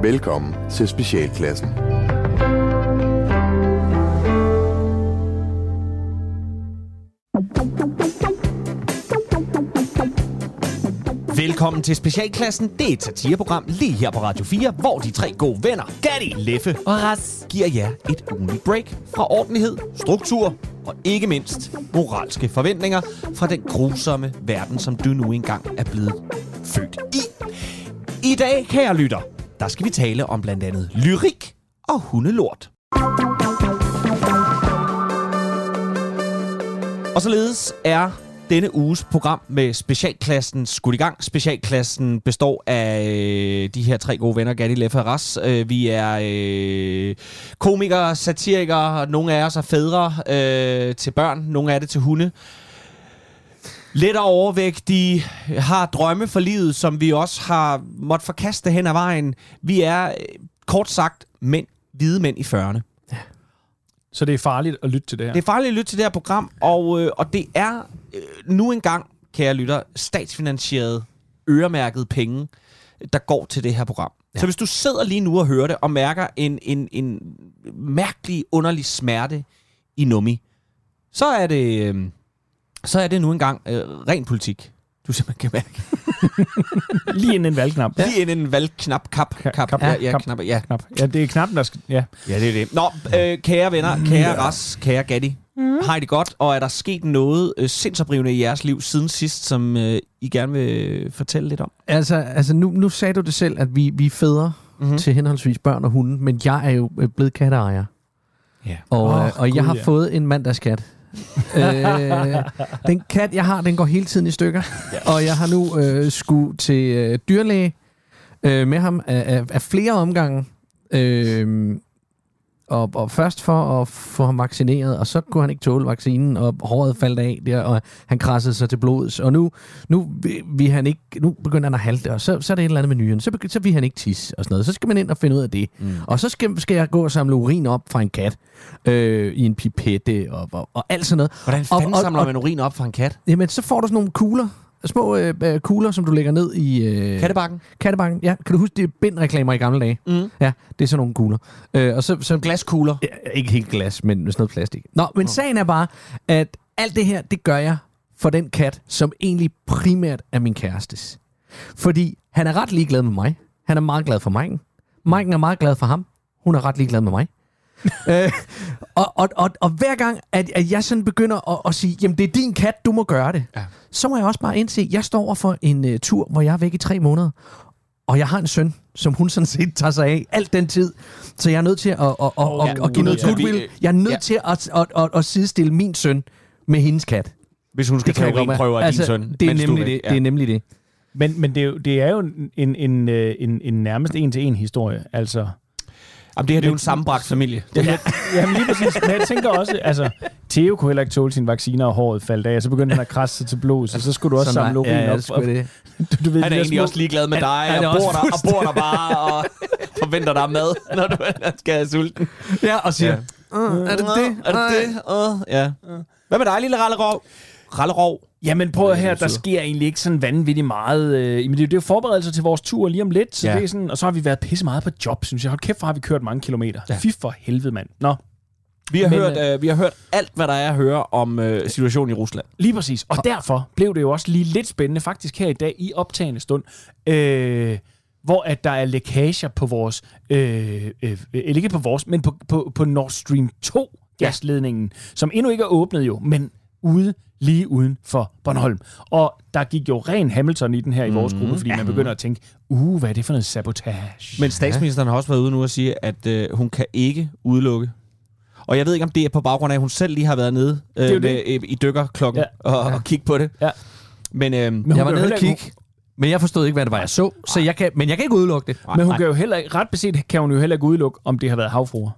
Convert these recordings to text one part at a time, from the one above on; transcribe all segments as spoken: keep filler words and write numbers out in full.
Velkommen til Specialklassen. Velkommen til Specialklassen. Det er et satireprogram lige her på Radio fire, hvor de tre gode venner, Gatti, Leffe og Ras, giver jer et ugenligt break fra ordentlighed, struktur og ikke mindst moralske forventninger fra den grusomme verden, som du nu engang er blevet født i. I dag, kære lytter, der skal vi tale om blandt andet lyrik og hundelort. Og således er denne uges program med Specialklassen skudt i gang. Specialklassen består af øh, de her tre gode venner, Gatti, Leffe og Ras. Øh, vi er øh, komikere, satirikere, nogle af os er fædre øh, til børn, nogle af det til hunde. Let og overvægtige, har drømme for livet, som vi også har måttet forkaste hen ad vejen. Vi er, øh, kort sagt, mænd, hvide mænd i fyrrerne. Så det er farligt at lytte til det her? Det er farligt at lytte til det her program, og, øh, og det er øh, nu engang, kære lytter, statsfinansieret, øremærket penge, der går til det her program. Ja. Så hvis du sidder lige nu og hører det, og mærker en, en, en mærkelig, underlig smerte i nummi, så er det, øh, så er det nu engang øh, ren politik. Du simpelthen kan mærke. Lige inden en valgknap. Ja. Lige inden en valgknap. Kap. Kap. Kap. Ja, ja, kap. knap. Ja. Knap. Ja, det er knappen, der skal... Ja, ja det er det. Nå, øh, kære venner, kære Ras, kære Gatti. Mm. Har I det godt? Og er der sket noget øh, sindsoprivende i jeres liv siden sidst, som øh, I gerne vil fortælle lidt om? Altså, altså nu, nu sagde du det selv, at vi, vi er fædre mm-hmm. til henholdsvis børn og hunde, men jeg er jo blevet katteejer. Ja. Og, oh, øh, og jeg God, har ja. fået en mandagskat. øh, den kat, jeg har, den går hele tiden i stykker. Yes. Og jeg har nu øh, skulle til øh, dyrlæge øh, med ham af, af, af flere omgange. Øh, og, og først for at få ham vaccineret, og så kunne han ikke tåle vaccinen, og håret faldt af der, og han krassede sig til blods. Og nu, nu, vil han ikke, nu begynder han at halte, og så, så er det et eller andet med nyren. Så, så vil han ikke tisse og sådan noget. Så skal man ind og finde ud af det. Mm. Og så skal, skal jeg gå og samle urin op fra en kat øh, i en pipette og, og, og alt sådan noget. Hvordan fanden og, og, samler man urin op fra en kat? Jamen, så får du sådan nogle kugler. Små øh, kugler, som du lægger ned i... Øh, Kattebakken? Kattebakken, ja. Kan du huske, det er bindreklamer i gamle dage? Mm. Ja, det er sådan nogle kugler. Øh, og så, så, Glaskugler? Ja, ikke helt glas, men med sådan noget plastik. Nå, men oh. sagen er bare, at alt det her, det gør jeg for den kat, som egentlig primært er min kærestes. Fordi han er ret ligeglad med mig. Han er meget glad for Maiken. Maiken er meget glad for ham. Hun er ret ligeglad med mig. øh, og, og, og, og hver gang, at, at jeg sådan begynder at, at sige, jamen det er din kat, du må gøre det, ja. Så må jeg også bare indse, at jeg står over for en uh, tur, hvor jeg er væk i tre måneder, og jeg har en søn, som hun sådan set tager sig af alt den tid, så jeg er nødt til at, at, at, oh, at, at give noget goodwill. Jeg er nødt ja. til at, at, at, at sidestille min søn med hendes kat. Hvis hun skal tage urinprøver af altså, din søn. Det er nemlig det, ja. det er nemlig det. Men, men det, er jo, det er jo en, en, en, en nærmest en-til-en historie, altså... Jamen, det her det er jo en sammenbragt familie. Ja, jamen lige præcis. Men jeg tænker også, altså, Theo kunne heller ikke tåle sine vacciner, og håret faldt af, og så begyndte han at krasse sig til blod, så så skulle du også samle urin ja, op. Ja, det. Du, du ved, han er egentlig små... også ligeglad med dig, han, og, bor der, og bor der bare, og forventer dig mad, når du skal have sulten. Ja, og siger, ja. Uh, er det det? Er det det? Uh, ja. Hvad med dig, lille rallerov? Rallerov? Jamen prøv her, der sker egentlig ikke sådan vanvittigt meget. Øh, men det er jo forberedelser til vores tur lige om lidt, så ja. Det er sådan, og så har vi været pisse meget på job, synes jeg. Hold kæft, for har vi kørt mange kilometer. Ja. Fy for helvede, mand. Nå. Vi har, men, hørt, øh, vi har hørt alt, hvad der er at høre om øh, situationen i Rusland. Lige præcis. Og derfor blev det jo også lige lidt spændende, faktisk her i dag, i optagende stund, øh, hvor at der er lækager på vores, øh, øh, eller ikke på vores, men på, på, på Nord Stream to gasledningen, ja. Som endnu ikke er åbnet jo, men ude lige uden for Bornholm. Og der gik jo ren Hamilton i den her i vores gruppe, fordi ja. Man begynder at tænke, uh, hvad er det for noget sabotage? Men statsministeren har også været ude nu og sige, at øh, hun kan ikke udelukke. Og jeg ved ikke, om det er på baggrund af, at hun selv lige har været nede øh, med, øh, i dykkerklokken ja. og, ja. og kigge på det. Ja. Men, øh, men jeg var nede og kigge, men jeg forstod ikke, hvad det var, jeg så. så jeg kan, men jeg kan ikke udelukke det. Men hun kan jo heller ikke, ret beset kan hun jo heller ikke udelukke, om det har været havfruer.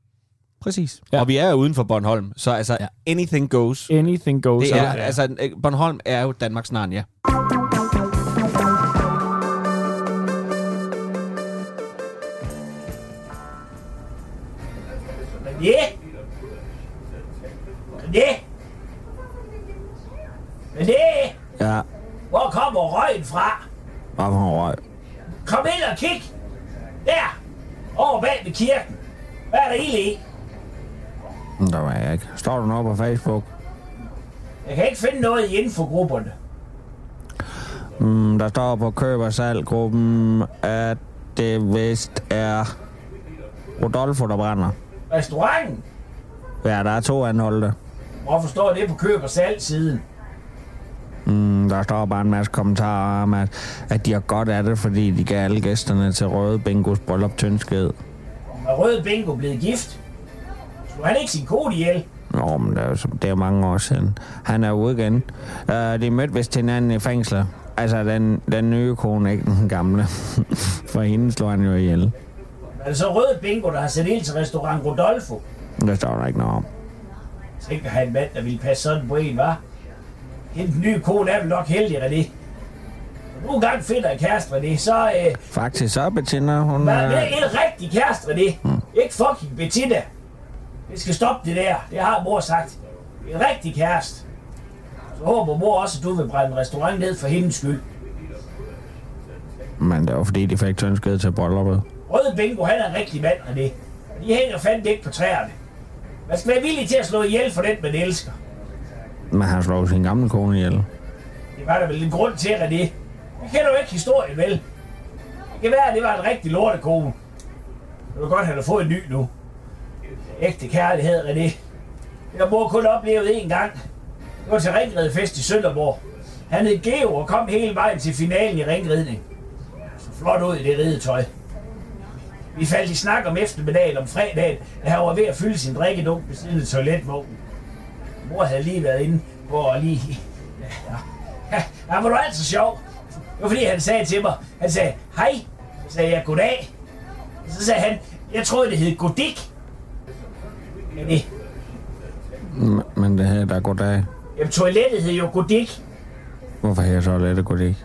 Præcis. Ja. Og vi er jo uden for Bornholm, så altså ja. anything goes. Anything goes. Det er, ja. altså, Bornholm er jo Danmarks Narnia. Ja. Ja. Men det. Ja. Hvor kommer røgen fra? Hvad for en røg? Kom ind og kig. Der! Over bag ved kirken. Hvad er der ild i? Der var jeg ikke. Står du noget på Facebook? Jeg kan ikke finde noget i infogrupperne. Mm, der står på køb- og salggruppen, at det vist er Rodolfo, der brænder. Restauranten? Ja, der er to anholdte. Hvorfor står det på køb- og salg-siden? Mm, der står bare en masse kommentarer om, at, at de har godt af det, fordi de gav alle gæsterne til Røde Bingos bryllup tyndsked. Er Røde Bingo blevet gift? Slog han ikke sin kone ihjel? Nå, men det er jo, det er jo mange år siden. Han er ude igen. Uh, de mødte vist til hinanden i fængsler. Altså, den, den nye kone, ikke den gamle. For hende slår han jo ihjel. Er det så Røde Bingo, der har sat ild til restaurant Rodolfo? Der står der ikke noget om. Tænk at have en mand, der ville passe sådan på en, hva'? Den nye kone er vel nok heldig, René. Nogle gange finder en kæreste, René, så... Øh, Faktisk så, Bettina, hun... Men er... det er en rigtig kæreste, René. Mm. Ikke fucking Bettina. Vi skal stoppe det der. Det har mor sagt. En rigtig kæreste. Så håber mor også, at du vil brænde en restaurant ned for hendes skyld. Men det var fordi, de fik tyndsked til brylluppet. Røde Bingo, han er en rigtig mand, René. De hænger fandme ikke på træerne. Man skal være villig til at slå ihjel for den, man elsker. Men han slog sin gamle kone ihjel. Det var der vel en grund til, René. Vi kender jo ikke historien, vel? Det kan være, at det var en rigtig lortekone. Det var godt, at han har fået en ny nu. Ægte kærlighed, René. Det har mor kun oplevet én gang. Det var til ringridefest i Sønderborg. Han hed Geo og kom hele vejen til finalen i ringridning. Så flot ud i det ridetøj. Vi faldt i snak om eftermiddagen om fredagen, da han var ved at fylde sin drikkedunk ved siden af toiletvognen. Mor havde lige været inde på at lige... Ja, ja, han var du altid sjov. Det var fordi, han sagde til mig, han sagde, hej. Så sagde jeg, goddag. Så sagde han, jeg troede, det hed godik. Men det... M- men det her, der er goddag. Jamen, toilettet hed jo godik. Hvorfor her så lette goddag?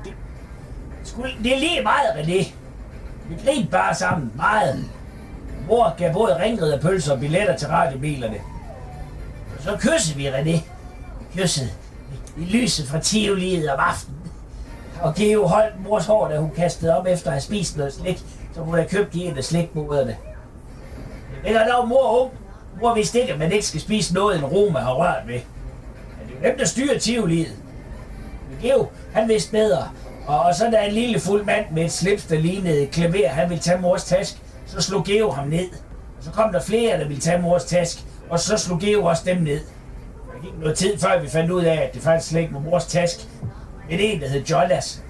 Det er lige meget, René. Vi grinte bare sammen, meget. Mor gav både ringriderpølser og billetter til radiobilerne. Og så kyssede vi, René. Kyssede i lyset fra Tivoliet om aftenen. Og Geo holdt mors hår, da hun kastede op efter at have spist noget slik, som hun havde købt i en af slikboderne. Det er dog mor ung. Mor vidste ikke, at man ikke skal spise noget, en Roma har rørt ved. Men det er jo dem, der styrer Tivoliet. Men Geo, han vidste bedre. Og, og så da en lille fuld mand med et slips, der lignede et klaver, han ville tage mors task, så slog Geo ham ned. Og så kom der flere, der ville tage mors task, og så slog Geo også dem ned. Der gik noget tid, før vi fandt ud af, at det faktisk slet ikke var mors task. Men en, der hed Jonas.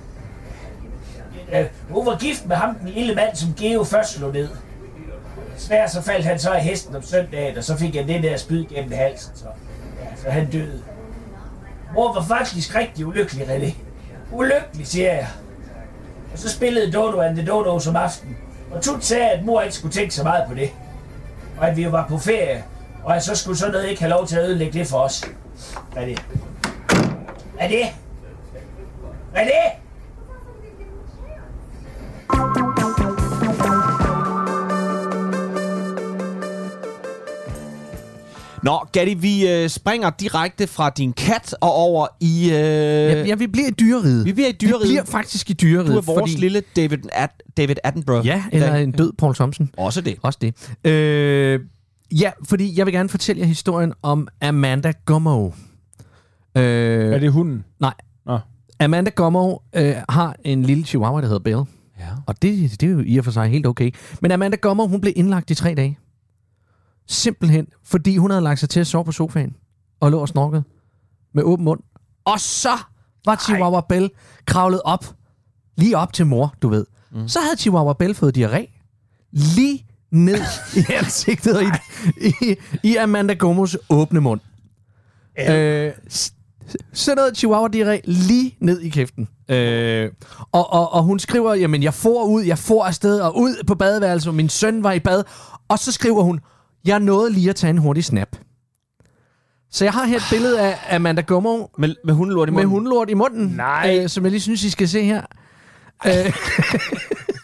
Hun var gift med ham, den lille mand, som Geo først slog ned. Desværre så faldt han så af hesten om søndagen, og så fik han det der spyd gennem halsen, så, ja, så han døde. Mor var faktisk rigtig ulykkelig, René. Ulykkelig, siger jeg. Og så spillede Dodo and the Dodos om aftenen. Og Tut sagde, at mor ikke skulle tænke så meget på det. Og at vi jo var på ferie. Og at så skulle sådan noget ikke have lov til at ødelægge det for os. Hvad er det? Hvad er det? Hvad er det? Nå, Gatti, vi øh, springer direkte fra din kat og over i... Øh, Ja, ja, vi bliver i dyreriget. Vi bliver i dyreriget. Vi bliver faktisk i dyreriget. Du er vores fordi... lille David, At- David Attenborough. Ja, eller en død Paul Thompson. Også det. Også det. Øh, ja, fordi jeg vil gerne fortælle jer historien om Amanda Gummo. Øh, Er det hunden? Nej. Nå. Amanda Gummo øh, har en lille chihuahua, der hedder Belle. Ja. Og det, det er jo i og for sig helt okay. Men Amanda Gummo, hun blev indlagt i tre dage. Simpelthen, fordi hun havde lagt sig til at sove på sofaen og lå og snorkede med åben mund. Og så var Chihuahua Belle kravlet op, lige op til mor, du ved. Mm. Så havde Chihuahua Belle fået diarré lige ned i ansigtet og i, i, i Amanda Gummos åbne mund. Øh, så noget Chihuahua diarré lige ned i kæften. Øh, og, og, og hun skriver, jamen jeg får ud, jeg får afsted og ud på badeværelset, og min søn var i bad. Og så skriver hun, jeg nåede lige at tage en hurtig snap. Så jeg har her et billede af Amanda Gummo med, med hundelort i munden. Med hundelort i munden. Nej. Øh, som jeg lige synes, I skal se her. Øh,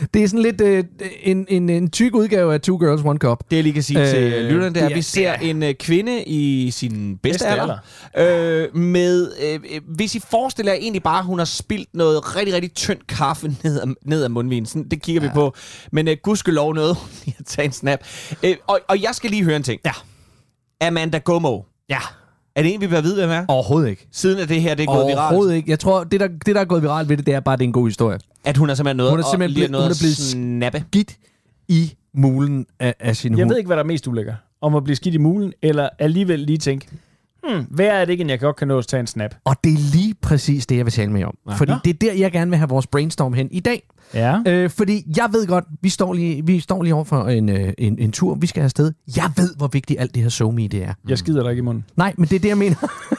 Det er sådan lidt øh, en, en, en tyk udgave af Two Girls, One Cup. Det jeg lige kan sige øh, til lytterne, det er, at vi ser det er. en uh, kvinde i sin bedste alder. alder. Øh, med, øh, hvis I forestiller jer egentlig bare, at hun har spildt noget rigtig, rigtig tyndt kaffe ned ad, ned ad mundvinen. Sådan, det kigger ja. vi på. Men uh, gudskelov noget, lige at tage en snap. Øh, og, og jeg skal lige høre en ting. Ja. Amanda Gummo. Ja. Er det en, vi bør vide, hvem er? Overhovedet ikke. Siden at det her det er gået viralt. Overhovedet ikke. Jeg tror, det der, det der er gået viralt ved det, det er bare, at det er en god historie. At hun er simpelthen noget, hun er simpelthen og lige ble, noget hun er blevet snappe. skidt i mulen af, af sin hund. Jeg ved ikke, hvad der er mest ulækker. Om at blive skidt i mulen, eller alligevel lige tænke, hmm, hvad er det ikke, end jeg godt kan nå at tage en snap? Og det er lige præcis det, jeg vil tale med om. Ja. Fordi det er der, jeg gerne vil have vores brainstorm hen i dag. Ja. Øh, fordi jeg ved godt, vi står lige, vi står lige over for en, øh, en, en tur, vi skal afsted. Jeg ved, hvor vigtigt alt det her SoMe det er. Jeg skider dig ikke i munden. Nej, men det er det, jeg mener.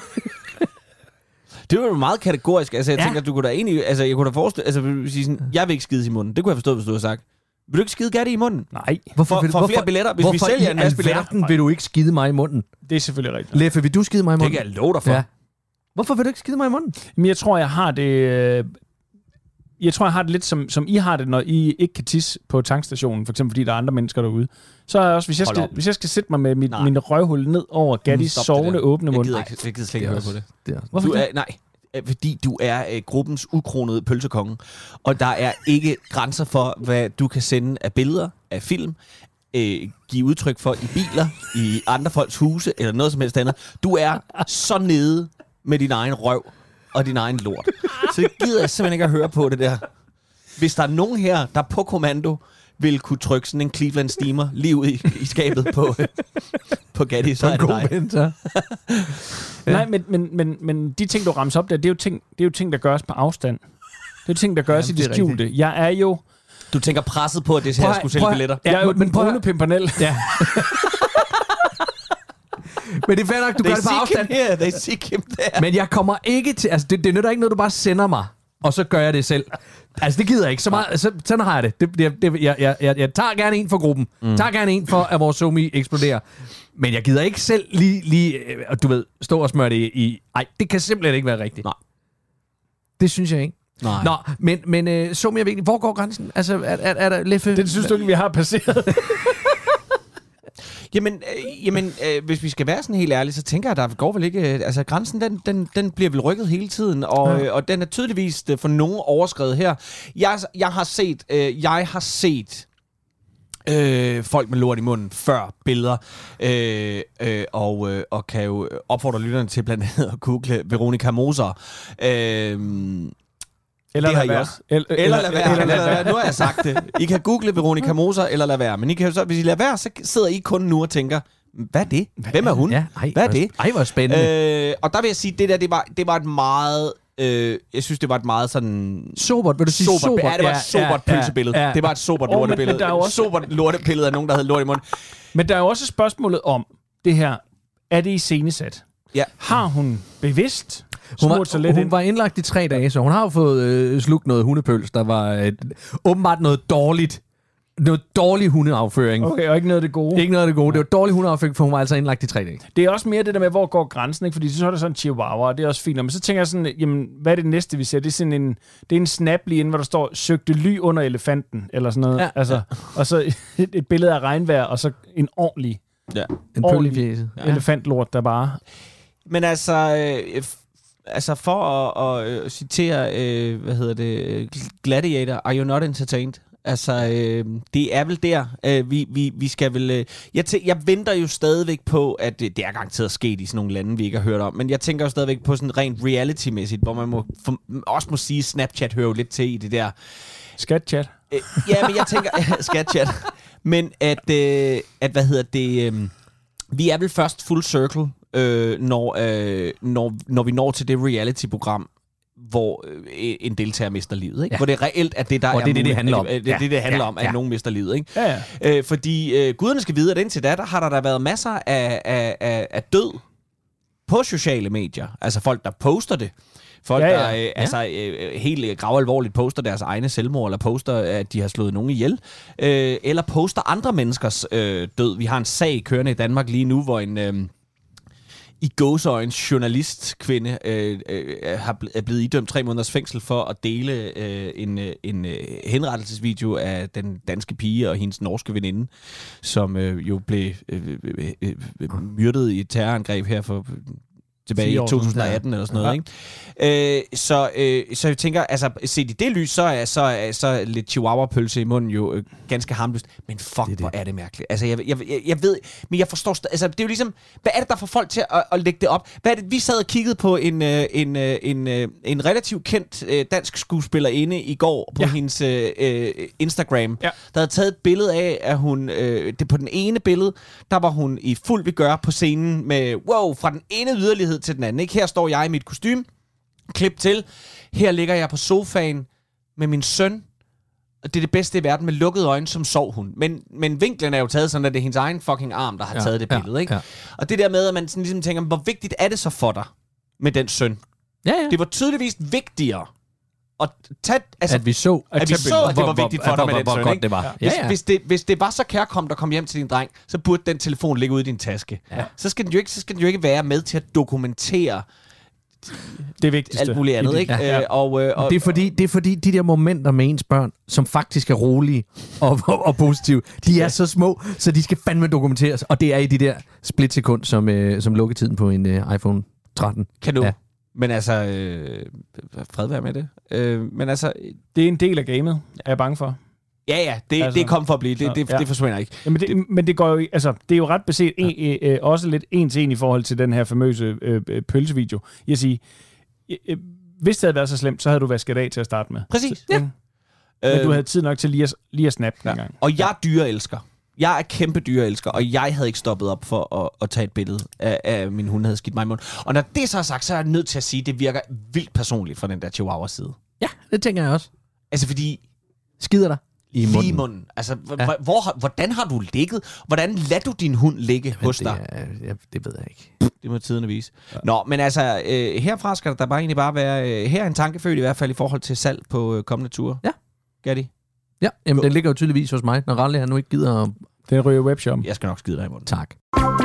Det var jo meget kategorisk. Altså, jeg Ja. tænker, du kunne da egentlig... Altså, jeg kunne da forestille... Altså, vil sige sådan, jeg vil ikke skide i munden. Det kunne jeg forstå, hvis du havde sagt. Vil du ikke skide Gatti i munden? Nej, Hvorfor, For- vil, for hvorfor, flere billetter, hvis vi hvorfor sælger i en masse billetter? alverden vil du ikke skide mig i munden? det er selvfølgelig rigtigt. Leffe, vil du skide mig i Det munden? kan jeg love dig for. Ja. Hvorfor vil du ikke skide mig i munden? Men jeg tror, jeg har det... Øh, jeg tror, jeg har det lidt, som, som I har det, når I ikke kan tisse på tankstationen, for eksempel fordi der er andre mennesker derude. Så er jeg også, hvis jeg, Hold skal, op. hvis jeg skal sætte mig med mit, Nej. min røvhul ned over Gattis Stop det sovende, der. åbne Jeg mund. gider, ikke, jeg gider slet ikke høre på det. det er, Hvorfor Du det? er, nej, øh, fordi du er øh, gruppens ukronede pølsekonge, og der er ikke grænser for, hvad du kan sende af billeder, af film, øh, give udtryk for i biler, i andre folks huse, eller noget som helst andet. Du er så nede med din egen røv og din egen lort. Så det gider jeg simpelthen ikke at høre på det der. Hvis der er nogen her, der på kommando vil kunne trykke sådan en Cleveland Steamer lige ud i, i skabet på, øh, på Gatti, så er det dig. mentor. Ja. Nej, men, men, men, men de ting, du rammer op der, det er jo ting, det er jo ting der gøres på afstand. Det er jo ting, der gøres Jamen, i det det er skjulte. Jeg er jo... Du tænker presset på, at det her Prøv- skulle sælge prøv- billetter. Jeg er jo men- den men prøv- brune pimpernel. Ja. Men det er fair nok, du gør det på afstand. Her, they seek him there. Men jeg kommer ikke til... Altså, det, det nytter ikke noget, du bare sender mig, og så gør jeg det selv. Altså, det gider jeg ikke. Så meget, så, sådan har jeg det. det, det, det jeg, jeg, jeg, jeg tager gerne en for gruppen. Mm. Tager gerne en for, at vores SoMe eksploderer. Men jeg gider ikke selv lige, lige øh, du ved, stå og smøre det i... Ej, det kan simpelthen ikke være rigtigt. Nej. Det synes jeg ikke. Nej. Nå, men, men øh, SoMe er vigtigt. Hvor går grænsen? Altså, er, er, er der Leffe? Det synes du ikke, vi har passeret. Jamen, øh, jamen øh, hvis vi skal være sådan helt ærlige, så tænker jeg, at der går vel ikke... Øh, altså, grænsen, den, den, den bliver vel rykket hele tiden, og, Ja. øh, og den er tydeligvis øh, for nogen overskredet her. Jeg, jeg har set... Øh, jeg har set... Øh, folk med lort i munden før billeder, øh, øh, og, øh, og kan jo opfordre lytterne til blandt andet at google Veronica Moser. Øh, Eller Det har lad I være. også. Eller, Eller lad være. Eller Eller lad lad være. Nu har jeg sagt det. I kan google Veronica Moser, eller lad være. Men I kan jo så, hvis I lader være, så sidder I kun nu og tænker, hvad er det? Hvem er hun? Ja, ej, Hvad er hvor- det? Ej, hvor spændende. Øh, og der vil jeg sige, det der, det var, det var et meget... Øh, jeg synes, det var et meget sådan... Sobert, vil du sige Sobert, sobert? ja, det var et sobert pølsebillede. ja, ja. Det var et sobert Åh, men- lortebillede. men der er jo også- Et sobert lortebillede af nogen, der havde lort i munden. Men der er jo også spørgsmålet om det her. Er det iscenesat? Ja. Har hun bevidst Hun smurt sig var, lidt hun ind? var indlagt i tre dage, så hun har jo fået øh, slugt noget hundepøls, der var øh, åbenbart noget dårligt. Noget dårlig hundeafføring. Okay, og ikke noget af det gode. Ikke noget af det gode. Det var dårlig hundeafføring, for hun var altså indlagt i tre dage. Det er også mere det der med, hvor går grænsen, ikke? Fordi så er der sådan en chihuahua, og det er også fint. Men så tænker jeg sådan, jamen, hvad er det næste, vi ser? Det er sådan en, det er en snap lige inde, hvor der står, søgte ly under elefanten, eller sådan noget. Ja. Altså, og så et, et billede af regnvejr, og så en ordentlig Ja. En Ordentlig. pøl i fjeset. ja. elefantlort, der bare... Men altså, øh, f- altså for at, at øh, citere, øh, hvad hedder det, Gladiator, are you not entertained? Altså, øh, det er vel der, øh, vi, vi, vi skal vel... Øh, jeg, tæ- jeg venter jo stadigvæk på, at det, det er garanteret sket i sådan nogle lande, vi ikke har hørt om, men jeg tænker jo stadigvæk på sådan rent reality-mæssigt, hvor man må, for, også må sige, Snapchat hører jo lidt til i det der... Skat-chat. Øh, ja, men jeg tænker... Skatchat. Men at, øh, at, hvad hedder det... Øh, vi er vel først full circle, øh, når, øh, når, når vi når til det reality-program, hvor øh, en deltager mister livet, ikke? Ja. Hvor det reelt er det, der Og er det er det, det muligt- handler om. Det er det, det, det handler Ja. om, at Ja. nogen mister livet, ikke? Ja, ja. Øh, fordi øh, guderne skal vide, at indtil da, der har der, der været masser af, af, af, af død på sociale medier. Altså folk, der poster det. Folk, Ja, ja. der øh, altså, øh, helt gravalvorligt poster deres egne selvmord, eller poster, at de har slået nogen ihjel, øh, eller poster andre menneskers øh, død. Vi har en sag kørende i Danmark lige nu, hvor en... Øh, i gåseøjens journalistkvinde øh, øh, har ble, er blevet idømt tre måneders fængsel for at dele øh, en, en øh, henrettelsesvideo af den danske pige og hendes norske veninde, som øh, jo blev øh, øh, øh, myrdet i et terrorangreb her for tilbage i to tusind atten eller sådan noget, ja. Ikke? Øh, så, øh, så jeg tænker, altså set i det lys, så er så, er, så lidt chihuahua-pølse i munden jo øh, ganske harmløst. Men fuck, det er hvor er det mærkeligt. Altså, jeg, jeg, jeg, jeg ved, men jeg forstår, altså, det er jo ligesom, hvad er det, der får folk til at, at lægge det op? Hvad er det, vi sad og kiggede på en, øh, en, øh, en, øh, en relativt kendt øh, dansk skuespillerinde i går på ja. hendes øh, Instagram, ja. der havde taget et billede af, at hun, øh, det på den ene billede, der var hun i fuld vigør på scenen med, wow, fra den ene yderlighed til den anden. Ikke? Her står jeg i mit kostume, klip til. Her ligger jeg på sofaen med min søn. Og det er det bedste i verden med lukkede øjne, som sov hun. Men, men vinklen er jo taget sådan, at det er hendes egen fucking arm, der har ja, taget det billede. Ja, ikke? Ja. Og det der med, at man sådan ligesom tænker, hvor vigtigt er det så for dig med den søn? Ja, ja. Det var tydeligvis vigtigere at tage, altså, at vi så, at, at, vi så, at det var vigtigt for dig med den søn. Godt det var. Ja. Hvis, Ja, ja. hvis, det, hvis det var så kærkomt at komme hjem til din dreng, så burde den telefon ligge ude i din taske. Ja. Så, skal den jo ikke, så skal den jo ikke være med til at dokumentere det vigtigste. Alt muligt andet, ikke? Ja. Øh, og, øh, og, det, er fordi, det er fordi, de der momenter med ens børn, som faktisk er rolige og, og, og positive, de er så små, så de skal fandme dokumenteres. Og det er i de der splitsekund, som, øh, som lukketiden på en øh, iPhone tretten. Kan du? Ja. Men altså, øh, fred være med det. Øh, men altså... Det er en del af gamet, er jeg bange for. Ja, ja, det, altså, det er kommet for at blive. Det, det, ja. det forsvinder ikke. Jamen det, det, men det går jo, altså, det er jo ret beset ja. en, øh, også lidt en til en i forhold til den her famøse øh, pølsevideo. Jeg siger, øh, hvis det havde været så slemt, så havde du vasket af til at starte med. Præcis, så, ja. Men øh, du havde tid nok til lige at, lige at snappe ja. en gang. Og jeg er dyreelsker. Jeg er kæmpe dyreelsker, og jeg havde ikke stoppet op for at, at tage et billede af, af min hund, havde skidt mig i munden. Og når det så er sagt, så er jeg nødt til at sige, at det virker vildt personligt fra den der chihuahua-side. Ja, det tænker jeg også. Altså fordi... Skider dig i munden. Lige i munden. Altså, ja. hvor, hvordan har du ligget? Hvordan lader du din hund ligge Jamen, hos dig? Det, er, ja, det ved jeg ikke. Det må tiden vise. Ja. Nå, men altså, øh, herfra skal der bare egentlig bare være... Øh, her er en tankefødt i hvert fald i forhold til salg på øh, kommende ture. Ja. Gatti? Ja, jamen den ligger jo tydeligvis hos mig, når Ralle han nu ikke gider at... Det ryger webshop. Jeg skal nok skide dig i munden. Tak.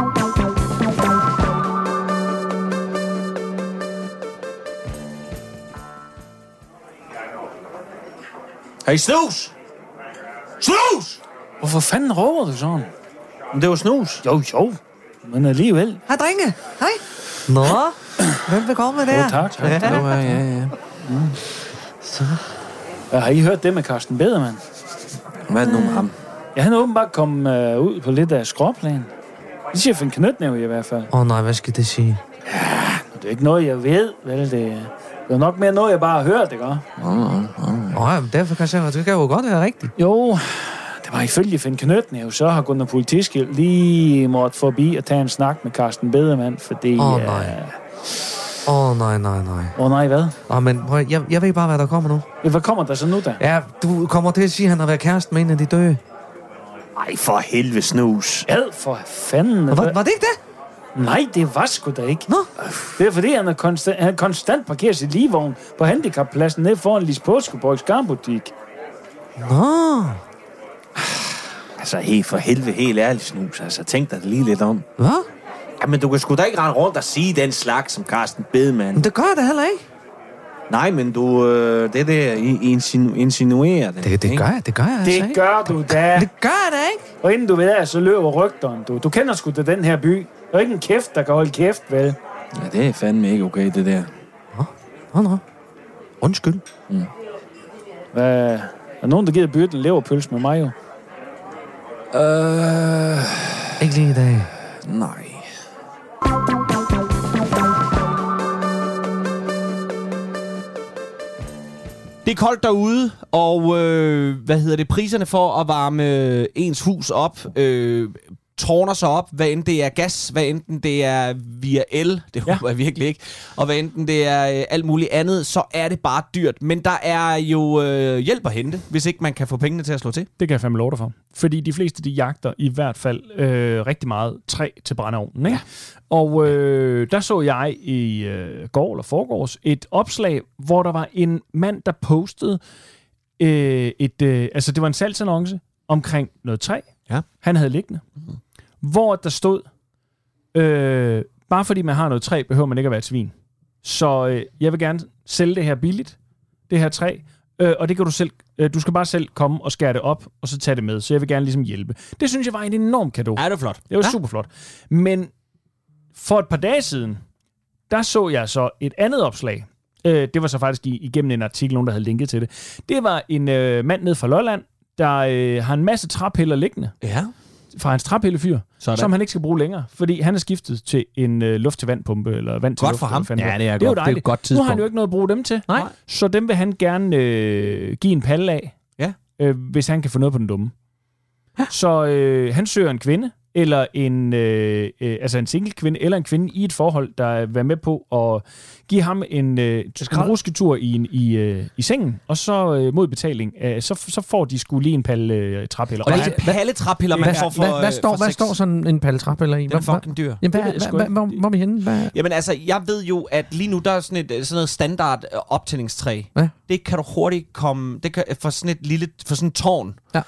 Hey, snus! Snus! Hvorfor fanden råber du sådan? Men det var snus. Jo, jo. Men alligevel. Hej, drenge. Hej. Nå, velbekomme der. Jo, tak, tak. Ja, ja, ja. ja. Mm. Så. Ja, har I hørt det med Carsten Bedermann? Hvad er det nu med ham? Ja, han er åbenbart kommet øh, ud på lidt af skråplan. Det siger Finn Knytnæve i hvert fald. Åh oh, nej, hvad skal det sige? Ja, det er ikke noget, jeg ved, vel? Det, det er nok mere noget, jeg bare har hørt, det gør. Åh, oh, oh, oh. oh, derfor kan jeg sige, at det kan jo godt være rigtigt. Jo, det var ifølge Finn Knytnæve, så har Gunnar Politiskild lige måtte forbi og tage en snak med Carsten Bedermann, fordi... Åh oh, nej. Åh oh, nej, nej, nej. Åh oh, nej, hvad? Oh, men jeg, jeg ved bare, hvad der kommer nu. Ja, hvad kommer der så nu, da? Ja, du kommer til at sige, at han har været kæreste med en af de døde. Ej, for helvede snus. Ja, for fanden. Var, var det ikke det? Nej, det var sgu da ikke. Nå. Det er fordi, han, er konstant, han konstant parkerer sit livvogn på handicappladsen nede foran Lis Påskeborgs garnbutik. Nå. Altså, helt for helvede, helt ærligt snus. Altså, tænk dig lige lidt om. Hvad? Jamen, du kan sgu da ikke rende rundt og sige den slags som Carsten Bedermann. Men det gør jeg da heller ikke. Nej, men du, øh, det der, insinu- insinuerer det. Det, det gør jeg, det gør jeg Det altså gør du da. Det gør jeg da ikke. Og inden du ved det, så løber rygteren. Du, du kender sgu da den her by. Der er ikke en kæft, der kan holde kæft, vel? Ja, det er fandme ikke okay, det der. Nå, nå, nå. Undskyld. Mm. Hvad? Er der nogen, der gider bytte en leverpølse med mig, jo? Øh... Ikke lige i dag. Nej. Det er koldt derude, og øh, hvad hedder det, priserne for at varme ens hus op øh, tårner sig op, hvad enten det er gas, hvad enten det er via el, det håber ja. jeg virkelig ikke, og hvad enten det er øh, alt muligt andet, så er det bare dyrt. Men der er jo øh, hjælp at hente, hvis ikke man kan få pengene til at slå til. Det kan jeg fandme love dig for. Fordi de fleste, de jagter i hvert fald øh, rigtig meget træ til brændeovnen, ikke? Ja. Og øh, der så jeg i øh, går eller forgårs et opslag, hvor der var en mand, der postede øh, et, øh, altså det var en salgsannonce omkring noget træ, ja. han havde liggende, mm-hmm. hvor der stod, øh, bare fordi man har noget træ, behøver man ikke at være et svin. Så øh, jeg vil gerne sælge det her billigt, det her træ, øh, og det kan du selv, øh, du skal bare selv komme og skære det op, og så tage det med. Så jeg vil gerne ligesom hjælpe. Det synes jeg var en enorm cadeau. Ja, det var flot. Det var ja. super flot. Men for et par dage siden, der så jeg så et andet opslag. Øh, det var så faktisk igennem en artikel, nogen der havde linket til det. Det var en øh, mand ned fra Lolland, der øh, har en masse træpiller liggende. Ja. Fra hans træpillefyr, Sådan. som han ikke skal bruge længere, fordi han er skiftet til en øh, luft-til-vand-pumpe, eller vand til Godt luft. for ham. Ja, det er, det er godt. jo Det er et godt tidspunkt. Nu har han jo ikke noget at bruge dem til. Nej. Så dem vil han gerne øh, give en palle af, ja. øh, hvis han kan få noget på den dumme. Ja. Så øh, han søger en kvinde, eller en, øh, øh, altså en single kvinde, eller en kvinde i et forhold, der vil være med på at give ham en, øh, en rusketur i, en, i, øh, i sengen, og så øh, mod betaling, øh, så, så får de sgu lige en palle øh, træpiller. Og det er palle træpiller, man hvad, får for hvad, hvad, står, for hvad står sådan en palle træpiller i? Den er fucking dyr. Jamen, hvad, hvad, hvad, hvor, hvor er vi henne? Hvad? Jamen altså, jeg ved jo, at lige nu, der er sådan, et, sådan noget standard øh, optændingstræ. Hvad? Det kan du hurtigt komme, det kan, for sådan et lille, for sådan en tårn. Ja.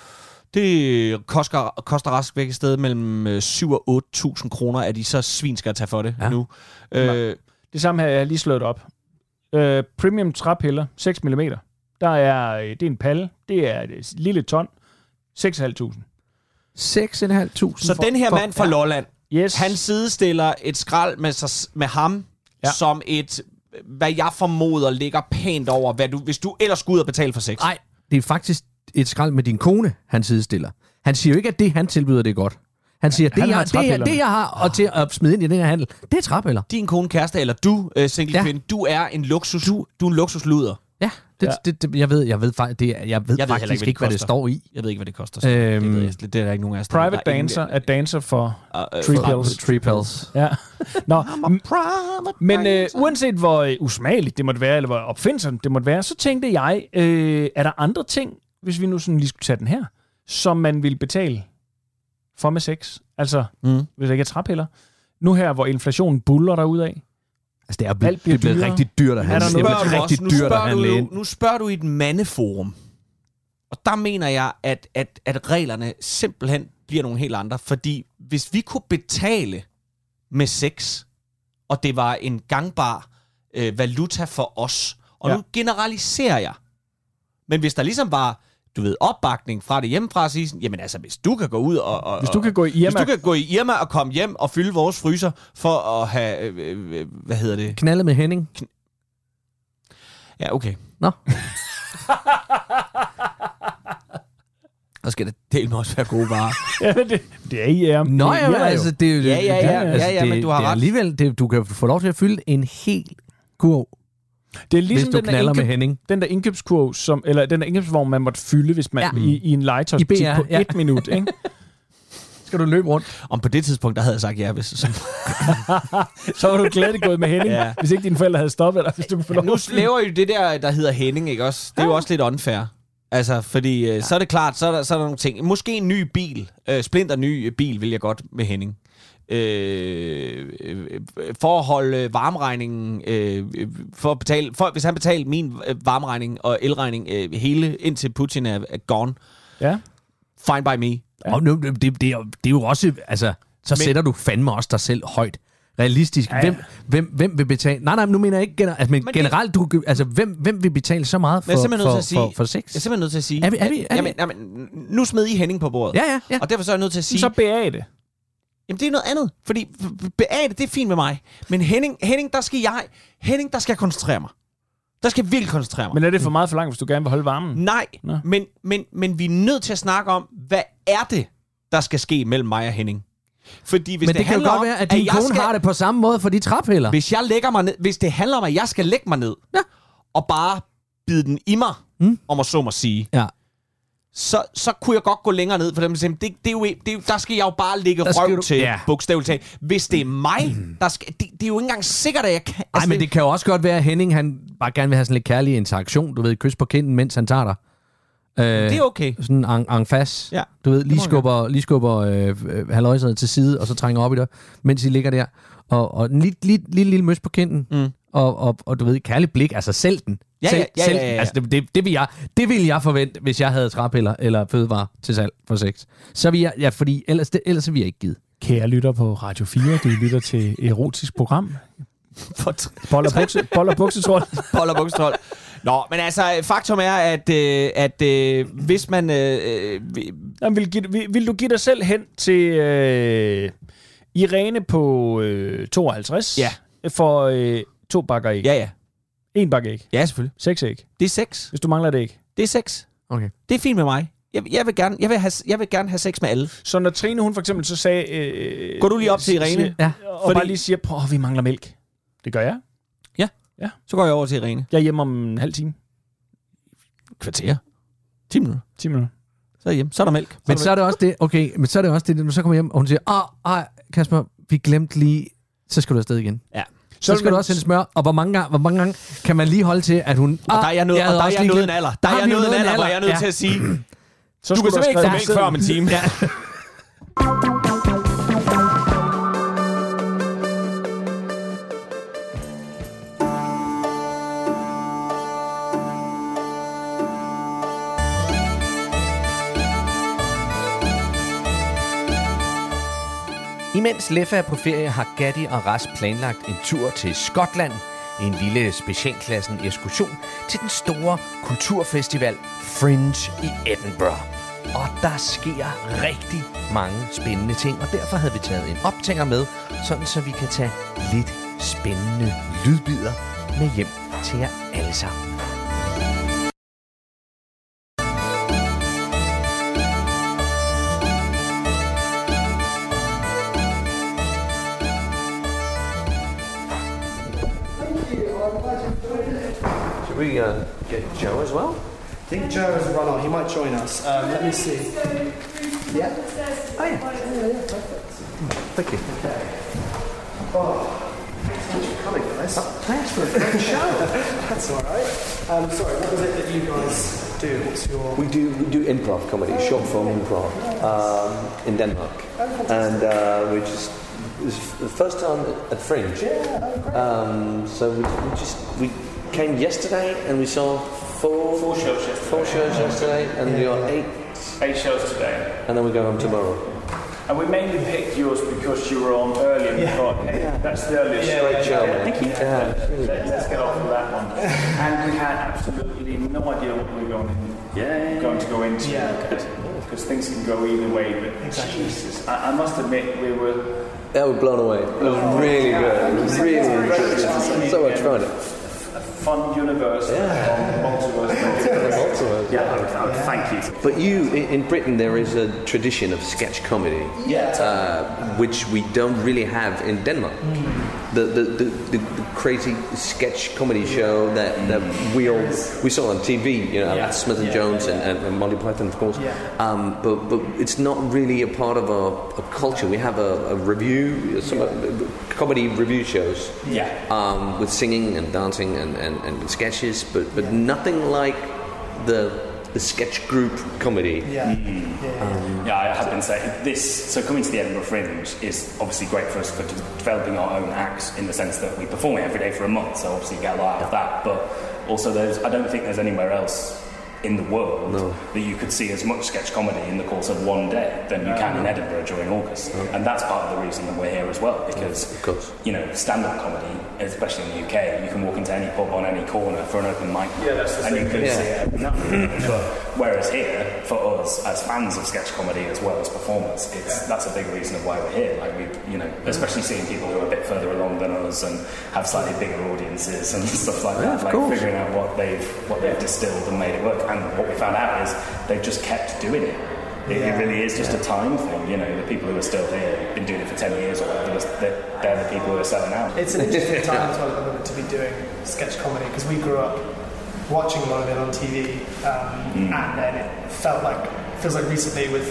Det koster, koster rask væk et sted mellem syv og otte tusind kroner, at de så svin skal tage for det ja. nu. Øh, det samme her, jeg har lige slået op. Øh, premium træpiller, seks millimeter. Der er, det er en palle, det er et lille ton, seks tusind fem hundrede. seks tusind fem hundrede. Så den her mand fra ja. Lolland, yes. han sidestiller et skrald med, sig, med ham, ja. som et, hvad jeg formoder, ligger pænt over, hvad du, hvis du ellers skulle ud og betale for sex. Nej, det er faktisk et skrald med din kone, han sidestiller. Han siger jo ikke, at det, han tilbyder, det er godt. Han siger, han det, jeg, det, jeg, det, jeg har og til at smide ind i den her handel, det er træpiller. Din kone, kæreste eller du, uh, single ja. kvinde, du er en luksus, du, du er en luksusluder. Ja, det, ja. Det, det, jeg ved, jeg ved, det, jeg ved, jeg ved faktisk ikke, ikke, hvad det står i. Jeg ved ikke, hvad det koster. Øhm, det, ved jeg, det er der ikke nogen af os. Private dancer er dancer for uh, uh, three pills. Three pills. Ja. Nå, men øh, uanset hvor øh, usmageligt det måtte være, eller hvor opfindsomt det måtte være, så tænkte jeg, øh, er der andre ting, hvis vi nu sådan lige skulle tage den her, som man vil betale for med sex? Altså, mm. hvis der ikke er træpiller. Nu her, hvor inflationen buller derudad. Altså, det er, det bliver, bliver rigtig dyrt at handle. Det er rigtig nu dyrt at handle ind. Nu spørger du i et mandeforum. Og der mener jeg, at, at, at reglerne simpelthen bliver nogle helt andre. Fordi hvis vi kunne betale med sex, og det var en gangbar øh, valuta for os, og ja. nu generaliserer jeg, men hvis der ligesom var, du ved, opbakning fra det hjemmefra at sige sådan, jamen altså, hvis du kan gå ud og... og hvis du kan gå i Irma... Hvis du kan gå i Irma og komme hjem og fylde vores fryser for at have... Øh, øh, hvad hedder det? Knaldet med Henning. Kn- ja, okay. Nå. Så skal det delt med også være gode varer. ja, det, det er I er. Nå, ja, men, altså, det er jo... Ja, ja, ja, ja, altså, ja, ja, men du har det, ret. Alligevel, det, du kan få lov til at fylde en hel kurv. Det er ligesom hvis du den knaller der, indkøb, med Henning. den der indkøbskurv, som, eller den der indkøbsvogn, man måtte fylde, hvis man ja. i, i en legetøj på ja. et minut, ikke? Skal du løbe rundt? Om på det tidspunkt, der havde jeg sagt ja, hvis... Så var du glædeligt gået med Henning, ja. hvis ikke dine forældre havde stoppet dig, hvis du kunne få lov. Nu laver jo det der, der hedder Henning, ikke også? Det er jo også lidt unfair. Altså, fordi ja. så er det klart, så er, der, så er der nogle ting. Måske en ny bil, øh, splinter ny bil, vil jeg godt med Henning. Øh, øh, for at holde varmeregningen, øh, for at betale, for, hvis han betaler min varmeregning og elregning øh, hele, indtil Putin er, er gone. Ja. Fine by me. Ja. Og nu, det, det, er, det er jo også, altså, så men, sætter du fandme også dig selv højt. Realistisk. Ja. Hvem, hvem, hvem vil betale? Nej, nej, nu mener jeg ikke gener, altså, men, men generelt, du, altså, hvem, hvem vil betale så meget for, for, sige, for, for sex? Jeg er simpelthen nødt til at sige... Er vi, er vi, er jamen, jamen, nu smed I Henning på bordet. Ja, ja, ja. Og derfor så er jeg nødt til at sige... Så beag det. Jamen, det er noget andet. Fordi beag det, det er fint med mig. Men Henning, Henning, der skal jeg... Henning, der skal jeg koncentrere mig. Der skal jeg virkelig koncentrere mig. Men er det for meget for langt, hvis du gerne vil holde varmen? Nej, men, men, men vi er nødt til at snakke om, hvad er det, der skal ske mellem mig og Henning? Fordi hvis men det, det kan jo godt om, være, at din at kone skal, har det på samme måde for de træpiller. Hvis jeg lægger mig ned, hvis det handler om, at jeg skal lægge mig ned, ja. og bare bide den i mig, mm. om at så må sige, ja. så, så kunne jeg godt gå længere ned for dem. Det, det, er jo, det er, der skal jeg jo bare lægge røv du, til, ja. bogstaveligt talt. Hvis det er mig, mm. der skal, det, det er jo ikke engang sikkert, at jeg kan... Nej, altså, men det kan jo også godt være, at Henning han bare gerne vil have sådan lidt kærlig interaktion. Du ved, kys på kinden, mens han tager dig. Øh, det er okay. Sådan en en fast. Ja, du ved, lige skubber, lige skubber øh, halvøjserne til side, og så trænger op i dig, mens I ligger der. Og, og en lille, lille, lille, lille møs på kinden. Mm. Og, og, og du ved, kærlig blik, altså selv den. Ja, selv, ja, ja, ja, ja, ja. Altså, det, det, det, vil jeg, det vil jeg forvente, hvis jeg havde træpiller eller fødevarer til salg for sex. Så vil jeg, ja, fordi ellers, det, ellers vil jeg ikke give. Kære lytter på Radio fire, du lytter til et erotisk program. Boller bukse, boller buksetrol. Boller buksetrol. Nå, men altså, faktum er, at, øh, at øh, hvis man... Øh, vil, Jamen, vil, give, vil, vil du give dig selv hen til øh, Irene på øh, tooghalvtreds? Ja. For øh, to bakker æg? Ja, ja. En bakke æg? Ja, selvfølgelig. Seks æg? Det er seks. Hvis du mangler et æg? Det er seks. Okay. Det er fint med mig. Jeg, jeg, vil gerne, jeg, vil have, jeg vil gerne have sex med alle. Så når Trine, hun for eksempel så sagde... Øh, Går du lige op til Irene? Siger, ja. Og fordi... bare lige siger, prøv, vi mangler mælk. Det gør jeg. Ja. Ja. Så går jeg over til Irene. Jeg er hjemme om en halv time. Kvarter. ti minutter. ti minutter. Så er jeg hjemme. Så er der mælk. Så Men er der så er det også det, okay, men så er det også det, når så kommer hjem, og hun siger, åh, ej, Kasper, vi glemte lige, så skal du afsted igen. Ja. Så, så skal man... du også hente smør, og hvor mange, gange, hvor mange gange kan man lige holde til, at hun... Og der er jeg nået, og der er jeg nået en alder. Der er jeg nået en alder, hvor jeg er nødt ja. til at sige, så du kan simpelthen ikke få mælk før om en time. Ja. Imens Leffe er på ferie, har Gatti og Ras planlagt en tur til Skotland. En lille specialklassen ekskursion til den store kulturfestival Fringe i Edinburgh. Og der sker rigtig mange spændende ting, og derfor havde vi taget en optænger med, sådan så vi kan tage lidt spændende lydbider med hjem til jer alle sammen. We uh, get Joe as well? I think Joe has run on. He might join us. Um, let me see. Yeah? Oh, yeah. Yeah, yeah, perfect. Thank you. Okay. Oh, thanks so much for coming, guys. Oh, thanks for a great show. That's all right. Um, sorry, what was it that you guys do? What's your... We do we do improv comedy, short form improv, um, in Denmark. Oh, and uh, we just... It was the first time at Fringe. Yeah, oh, great. Um, so we, we just... we came yesterday and we saw four, four shows yesterday. Four shows yesterday, and yeah. we got eight. Eight shows today. And then we go home tomorrow. And we mainly picked yours because you were on early and Yeah. we thought, hey, Yeah. that's the earliest. Yeah, great show, man. Thank you. Yeah. Let's, let's get off of that one. And we had absolutely no idea what we were going, yeah. going to go into. Yeah. Because, because things can go either way. But Exactly. Jesus, I, I must admit, we were... Yeah, we were blown away. It was really good. It was really interesting. So much fun. Fun universe. Yeah. On multiverse. Multiverse. Yeah, yeah. Thank you. But you, in in Britain, there is a tradition of sketch comedy, Yeah. uh, which we don't really have in Denmark. The, the, the, the, the crazy sketch comedy show that, that we all we saw on T V, you know, Yeah. Smith and Yeah, Jones yeah, and, and, and Monty Python, of course. Yeah. Um, but but it's not really a part of a, a culture. We have a, a review, some uh, comedy review shows. Yeah. Um, with singing and dancing and, and, and sketches, but but Yeah. nothing like the the sketch group comedy. Yeah. Mm. Yeah. Um, yeah, I have been saying this. So coming to the Edinburgh Fringe is obviously great for us for de- developing our own acts in the sense that we perform it every day for a month. So obviously you get a lot out of that. But also, there's I don't think there's anywhere else in the world No. that you could see as much sketch comedy in the course of one day than you can in Edinburgh during August. And that's part of the reason that we're here as well, because Of course. you know, stand-up comedy, especially in the U K, you can walk into any pub on any corner for an open mic, Yeah, that's the and you thing. can Yeah. see it every night. But whereas here, for us as fans of sketch comedy as well as performers, it's that's a big reason of why we're here. Like we, you know, especially seeing people who are a bit further along than us and have slightly bigger audiences and stuff like Yeah, that. of Like course. figuring out what they've what they've distilled and made it work. And what we found out is they've just kept doing it. It, Yeah. it really is just a time thing, you know. The people who are still here, been doing it for ten years or whatever, they're, they're the people who are selling out. It's an interesting time as well at the moment to be doing sketch comedy because we grew up watching a lot of it on T V, um, and then it felt like feels like recently with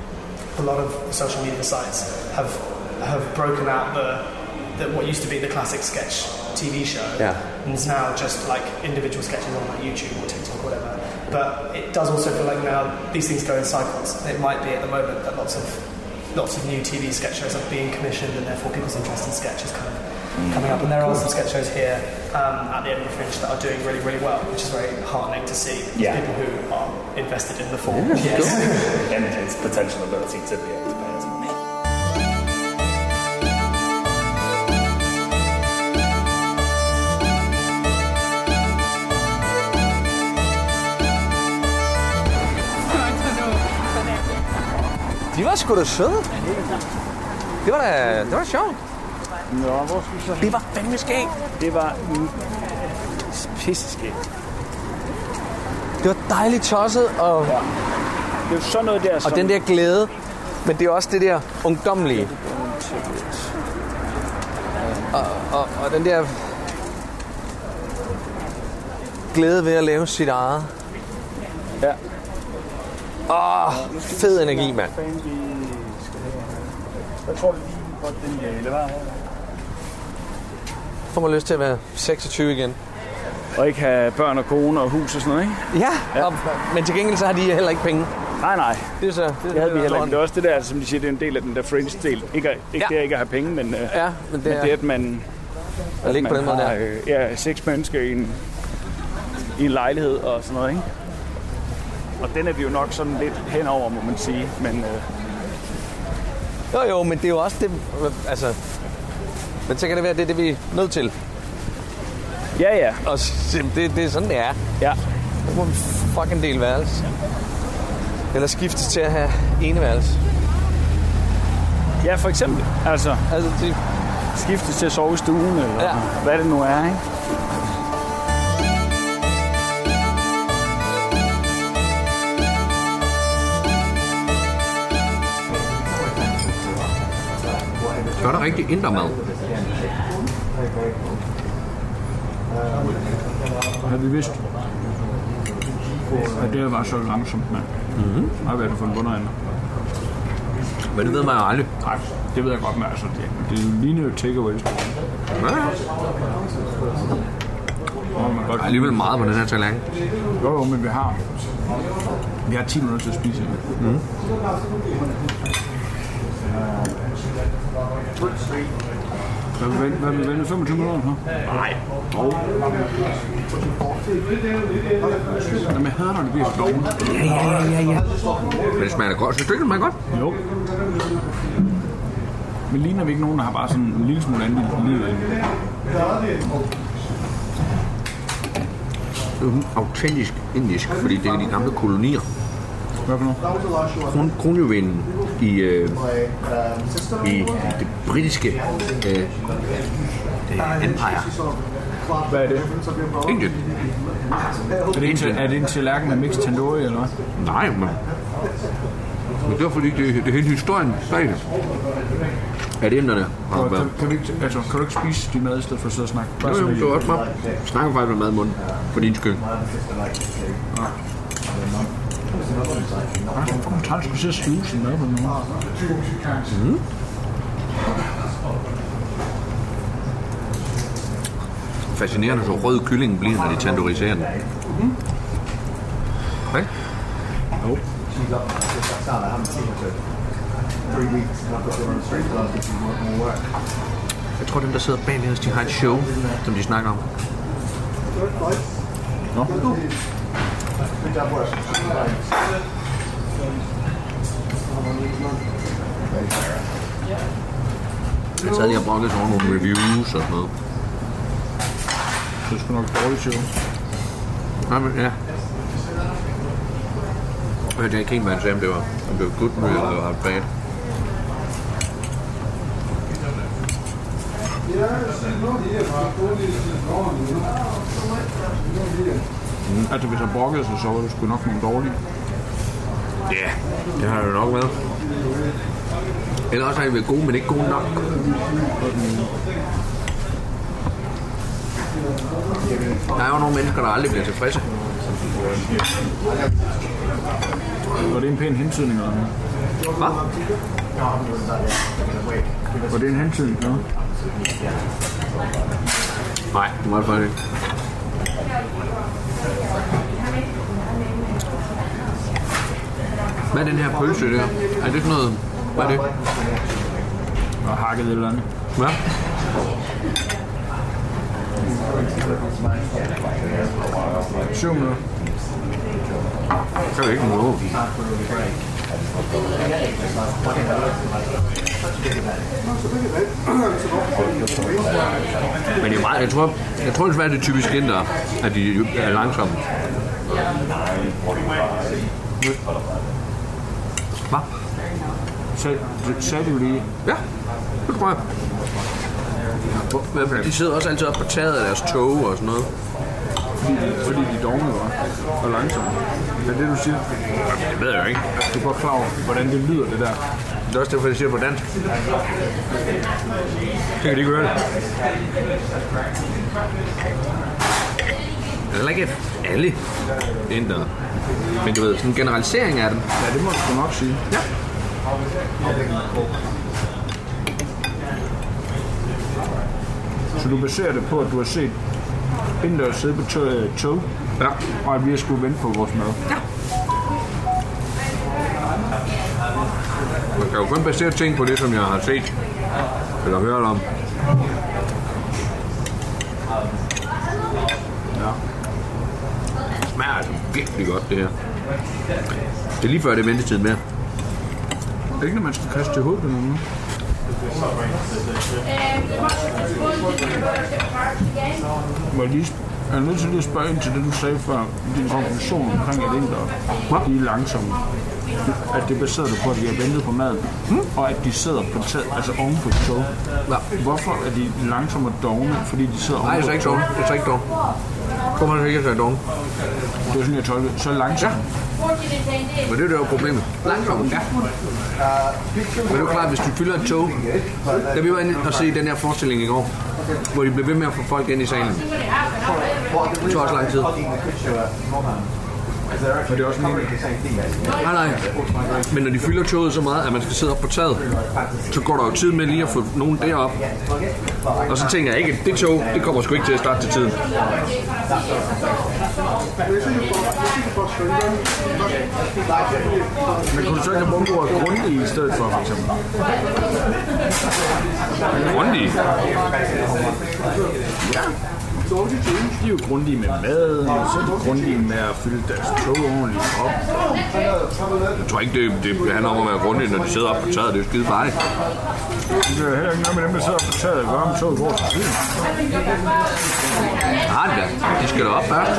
a lot of social media sites have have broken out the, the what used to be the classic sketch T V show, Yeah. and it's now just like individual sketches on like YouTube or TikTok or whatever. But it does also feel like now these things go in cycles. It might be at the moment that lots of lots of new T V sketch shows are being commissioned, and therefore people's interest in sketch is kind of coming up. And there are some sketch shows here um, at the Edinburgh Fringe that are doing really, really well, which is very heartening to see. Yeah. People who are invested in the form. Yeah, Yes. And its potential ability to be able to pay us money. De var sgu da søde. Det var da, det var da sjovt. Nå, hvor skal vi så? Det var fandme skægt. Det var pisseskægt. Det var dejligt tosset, og... Ja. Det er jo sådan noget der... Og den der glæde, men det er også det der ungdommelige. Og, og, og den der glæde ved at lave sit eget. Ja. Åh, fed energi, mand. Jeg tror, det er lige den gale, var her. Får man lyst til at være seksogtyve igen. Og ikke have børn og kone og hus og sådan noget, ikke? Ja, ja. Og, men til gengæld så har de heller ikke penge. Nej, nej. Det er så... Det, det havde vi heller ikke. Det er også det der, som de siger, det er en del af den der Fringe-del. Ikke, ikke ja. Det at ikke at have penge, men, ja, men, det, men det at man... At man på den måde har, der. Ja, seks mennesker i en, i en lejlighed og sådan noget, ikke? Og den er vi jo nok sådan lidt henover, må man sige, men... Øh... Jo, jo, men det er jo også det... Altså... Men så kan det være, det er det, vi er nødt til. Ja, ja. Og det, det er sådan, det er. Ja. Så må vi fucking dele værelse. Eller skiftes til at have ene værelse. Ja, for eksempel. Altså, altså de... skiftes til at sove i stuen, eller ja. Hvad det nu er, ikke? Så er der rigtig indre-mad. Har vi vidst, at det var så langsomt, mand. Mm-hmm. Har vi fundet på noget andet. Men det ved man jo aldrig. Nej, det ved jeg godt, men altså, det, det ligner jo takeaways. Ja, ja. Der er alligevel meget på den her tallerken. Jo, jo, men vi har, vi har ti minutter til at spise. Mm. Hvad vil vi vente? femogtyve minutter her? Nej. Oh. Jamen, jeg hader, når det bliver slovende. Ja, ja, ja, ja. Men det smager godt. Så det smager godt. Jo. Men ligner vi ikke nogen, der har bare sådan en lille smule andet i livet? Det er autentisk indisk, fordi det er de gamle kolonier. Hvad for noget? Kron, kronjuvelen i, øh, i det britiske øh, det empire. Hvad er det? Indien. Er det, en, er det en tallerken med mixed tandoori, eller hvad? Nej, men, men det er fordi, det, det er hele historien bag det. Er det inderne? Kan, kan, kan, vi ikke, altså, kan du ikke spise din mad i stedet for at sidde og snakke? Jo, jo, det er også meget. Jeg snakker faktisk med mad i munden, for din skyld. Ja. Jeg tror, man træls skulle sidde og sluge sin mad på den måde. Mm. Fascinerende, så rød kyllingen bliver, når de tandoriserer den. Mm. Okay? Jo. Jeg tror, dem, der sidder bag os, de har et show, som de snakker om. Nå. Jeg sad lige og brokket over nogle reviews og sådan noget. Det er sgu nok et dårligt show. Nej, men ja. Jeg hørte ikke helt, hvad han sagde, om det var, om det var good eller det var bad. Mm. Altså, hvis jeg brokkede sig, så var det sgu nok nogle dårlige. Ja, yeah, det har jeg jo nok været. Eller også har de været gode, men ikke gode nok. Der er jo nogle mennesker, der aldrig bliver tilfredse. Var det en pæn hentydning eller noget? Hvad? Var det en hentydning eller noget? Nej, det var det faktisk ikke. Hvad er den her pølse der? Er det sådan noget... Hvad er det? Og hakket eller andet. Hvad? Syv minutter. Det er ikke noget. Men det er meget, jeg tror, jeg tror desværre, det er typisk indre, at de er langsomme. Hvad? Sag, sagde du lige? Ja, det tror jeg. Okay. De sidder også altid op på taget af deres tog og sådan noget. Fordi, fordi de er dogne, var, og langsomme. Er det, du siger? Ja, det ved jeg ikke. Du er godt klar over, hvordan det lyder, det der. Det er også derfor, jeg siger det på dansk. Kan de ikke høre det? Det er heller ikke alle indere. Men du ved, sådan en generalisering af dem. Ja, det må du nok sige. Ja. Så du baserer det på, at du har set indendørs sidde på tog, ja. Og at vi har skulle vente på vores mad. Ja. Man kan jo kun basere ting på det, som jeg har set eller hørt om. Ja. Det smager altså virkelig godt, det her. Det er lige før det er ventetid mere. Det er ikke, når man skal kaste til hovedet nu. Må jeg lige Jeg er nødt til lige at spørge ind til det, du sagde før, din konklusion omkring, at indere, de er langsomme. At det baserer du på, at de har ventet på maden, hmm? Og at de sidder på taget, altså oven på et tog. Ja. Hvorfor er de langsomme og dogne? Fordi de sidder oven på et tog? Nej, det er ikke dogne. Hvorfor er det ikke, at jeg er dogne? Det er sådan, jeg tolker. Så langsomt. Ja. Men det er jo problemet. Langsomt, ja. Men det er jo klart, hvis du fylder et tog. Da vi var inde og se den her forestilling i går, hvor de blev ved med at få folk ind i salen. Det tog også lang tid. For det er også en Nej, nej. Men når de fylder toget så meget, at man skal sidde op på taget, så går der jo tid med lige at få nogen derop. Og så tænker jeg ikke, at det tog, det kommer sgu ikke til at starte til tiden. Men kunne du så ikke have brugt ordet grundige i stedet for, for eksempel? Grundige? Ja. De er jo grundige med maden, og så er de grundige med at fylde deres tog ordentligt op. Jeg tror ikke, det, det handler om at være grundige, når de sidder op på taget. Det er jo skide farligt. Det er heller ikke noget med dem, der sidder på taget og gør om toget går til tiden. Nej, det da. De skal da op først.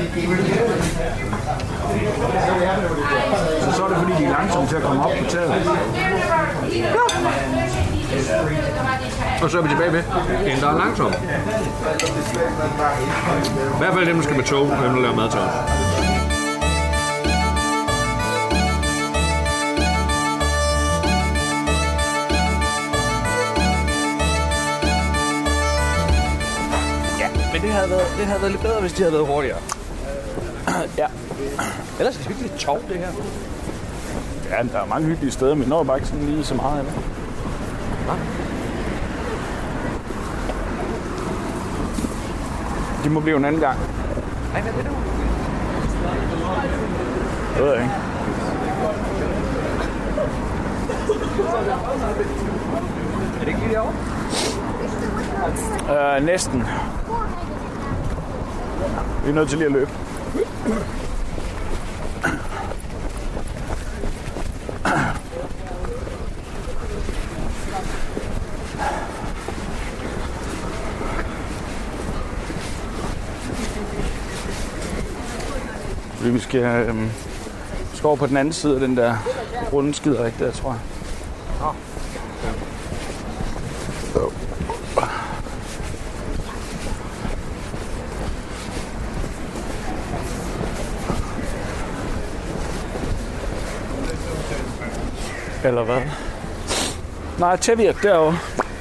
Så, så er det fordi, de er langsomme til at komme op på taget. Ja. Og så er vi tilbage ved en, der er langsom. I hvert fald dem, der skal med tog, og dem, der laver mad til os. Ja, men det havde været, det havde været lidt bedre, hvis de havde været hurtigere. Ja. Ellers er det virkelig lidt sjovt, det her. Ja, der er mange hyggelige steder, men når bare ikke sådan lige så meget af det. Nej. Det må blive en anden gang. Ej, hvad er det nu? Det ved jeg ikke. Er det ikke lige derovre? Uh, næsten. Vi er nødt til lige at løbe. Fordi vi skal, øhm, skal over på den anden side af den der runde skiderik der, tror jeg. Oh. Eller hvad? Nej, Tævirk derovre.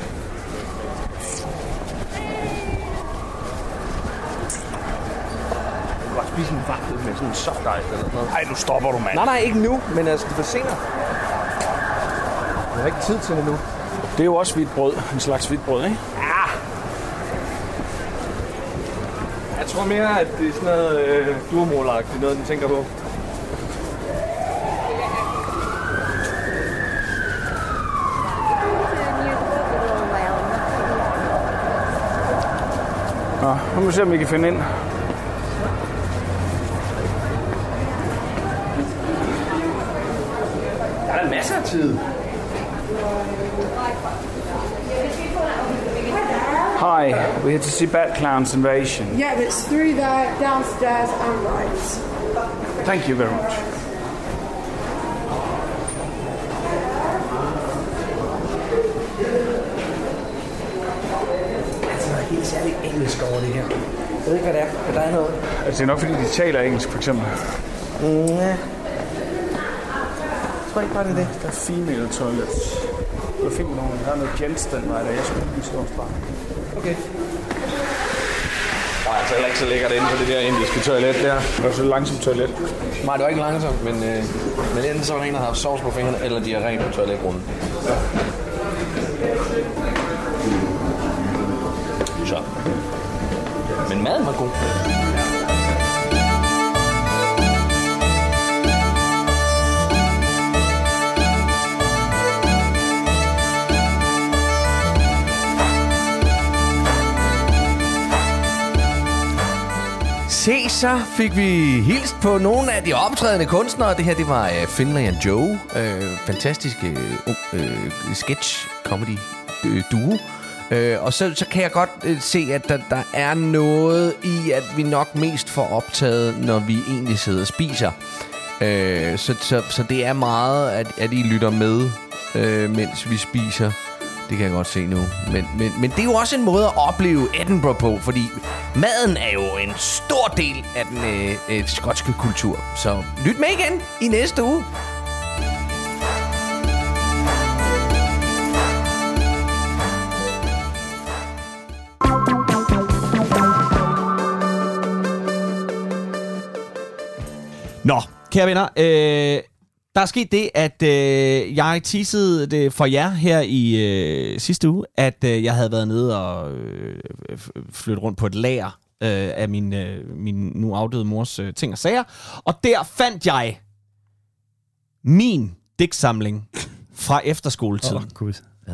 Spise en vaftel med sådan en sovdej eller noget. Ej, nu stopper du, mand. Nej, nej, ikke nu, men altså, det er for senere. Jeg har ikke tid til det nu. Det er jo også hvidt brød. En slags hvidt brød, ikke? Ja. Jeg tror mere, at det er sådan noget øh, durmålagtigt, noget den tænker på. Nå, nu må vi se, om vi kan finde ind. Der er masser af tid. Hi, we're here to see Bat Clown's Invasion. Yeah, it's through there, downstairs and right. Thank you very much. engelsk over det her. Jeg ved ikke, hvad det er, men der er noget. Altså, det er nok, fordi de taler engelsk, for eksempel. Mm, ja. Jeg tror ikke bare, det er det. Der er female toilets. Jeg fik nogle, der er noget gents den vej, der jeg skulle lige slå fra. Okay. Der er altså heller ikke så lækkert inde på det der indiske toilet der. Det var så langsomt toilet. Nej, det var ikke langsomt, men, øh, men enten så var der en, der havde haft sovs på fingrene, eller diarré på toiletgrunden. Ja. Så. Men maden var god. Se, så fik vi hilst på nogle af de optrædende kunstnere. Det her, det var uh, Finlay and Joe. Uh, fantastisk uh, uh, sketch-comedy-duo. Uh, og så, så kan jeg godt uh, se, at der, der er noget i, at vi nok mest får optaget, når vi egentlig sidder og spiser. Uh, så, så, så det er meget, at, at I lytter med, uh, mens vi spiser. Det kan jeg godt se nu. Men, men, men det er jo også en måde at opleve Edinburgh på, fordi maden er jo en stor del af den øh, øh, skotske kultur. Så lyt med igen i næste uge. Nå, kære venner, øh, der er sket det, at øh, jeg teasede det for jer her i øh, sidste uge, at øh, jeg havde været nede og øh, flytte rundt på et lager øh, af min, øh, min nu afdøde mors øh, ting og sager. Og der fandt jeg min digtsamling fra efterskoletiden. Åh, oh, gud.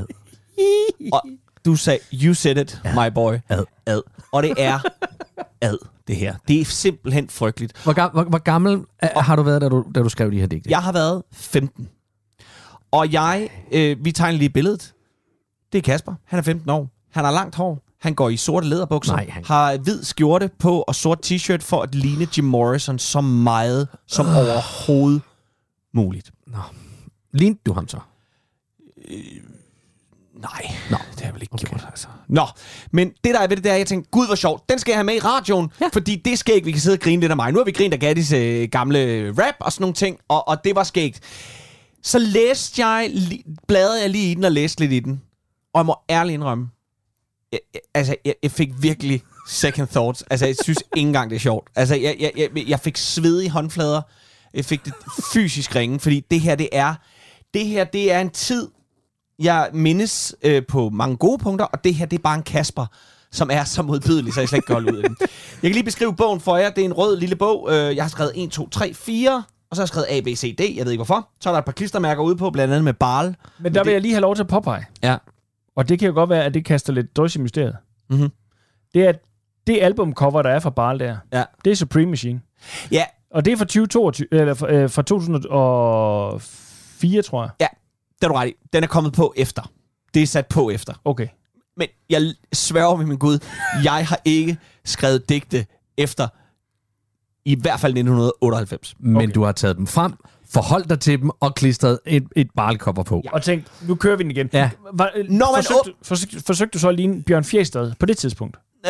Og du sagde, you said it, my boy. Ad. Ad. Og det er ad, det her. Det er simpelthen frygteligt. Hvor, ga- hvor, hvor gammel er, har du været, da du, da du skrev de her digte? Jeg har været femten. Og jeg, øh, vi tegner lige billedet. Det er Kasper. Han er femten år. Han har langt hår. Han går i sorte læderbukser. Nej, han... Har hvid skjorte på og sort t-shirt for at ligne Jim Morrison så meget som uh. overhovedet muligt. Nå. Lignede du ham så? Øh, nej, Nå. det har jeg vel ikke okay. gjort. Altså. Nå, men det der er ved det, der er, jeg tænkte, gud hvor sjovt, den skal jeg have med i radioen, ja. Fordi det skal ikke, vi kan sidde og grine lidt af mig. Nu har vi grint af Gaddis øh, gamle rap og sådan nogle ting, og, og det var skægt. Så læste jeg, li- bladrede jeg lige i den og læste lidt i den, og jeg må ærligt indrømme, jeg, jeg, altså, jeg, jeg fik virkelig second thoughts. Altså, jeg synes ikke engang, det er sjovt. Altså, jeg, jeg, jeg, jeg fik svedige håndflader, jeg fik det fysisk ringe, fordi det her, det er, det her, det er en tid, jeg mindes øh, på mange gode punkter, og det her, det er bare en Kasper, som er så modbydelig, så jeg slet ikke kan holde ud af den. Jeg kan lige beskrive bogen for jer. Det er en rød lille bog. Jeg har skrevet et, to, tre, fire, og så har jeg skrevet A, B, C, D. Jeg ved ikke hvorfor. Så er der et par klistermærker ude på, blandt andet med Barl. Men der vil det... jeg lige have lov til at påpege. Ja. Og det kan jo godt være, at det kaster lidt drøs i mysteriet. Mm-hmm. Det er det albumcover, der er fra Barl der. Ja. Det er Supreme Machine. Ja. Og det er fra, tyve toogtyve, eller fra, øh, fra to tusind og fire, tror jeg. Ja, det er du ret i. Den er kommet på efter. Det er sat på efter. Okay. Men jeg sværger ved min Gud, jeg har ikke skrevet digte efter i hvert fald nitten otteoghalvfems. Men Okay. du har taget dem frem, forholdt dig til dem og klistret et, et barlkopper på. Ja. Og tænkt, nu kører vi den igen. Ja. Var, Når man forsøgte, forsøgte, forsøgte du så at ligne Bjørn Fjestad på det tidspunkt? Øh,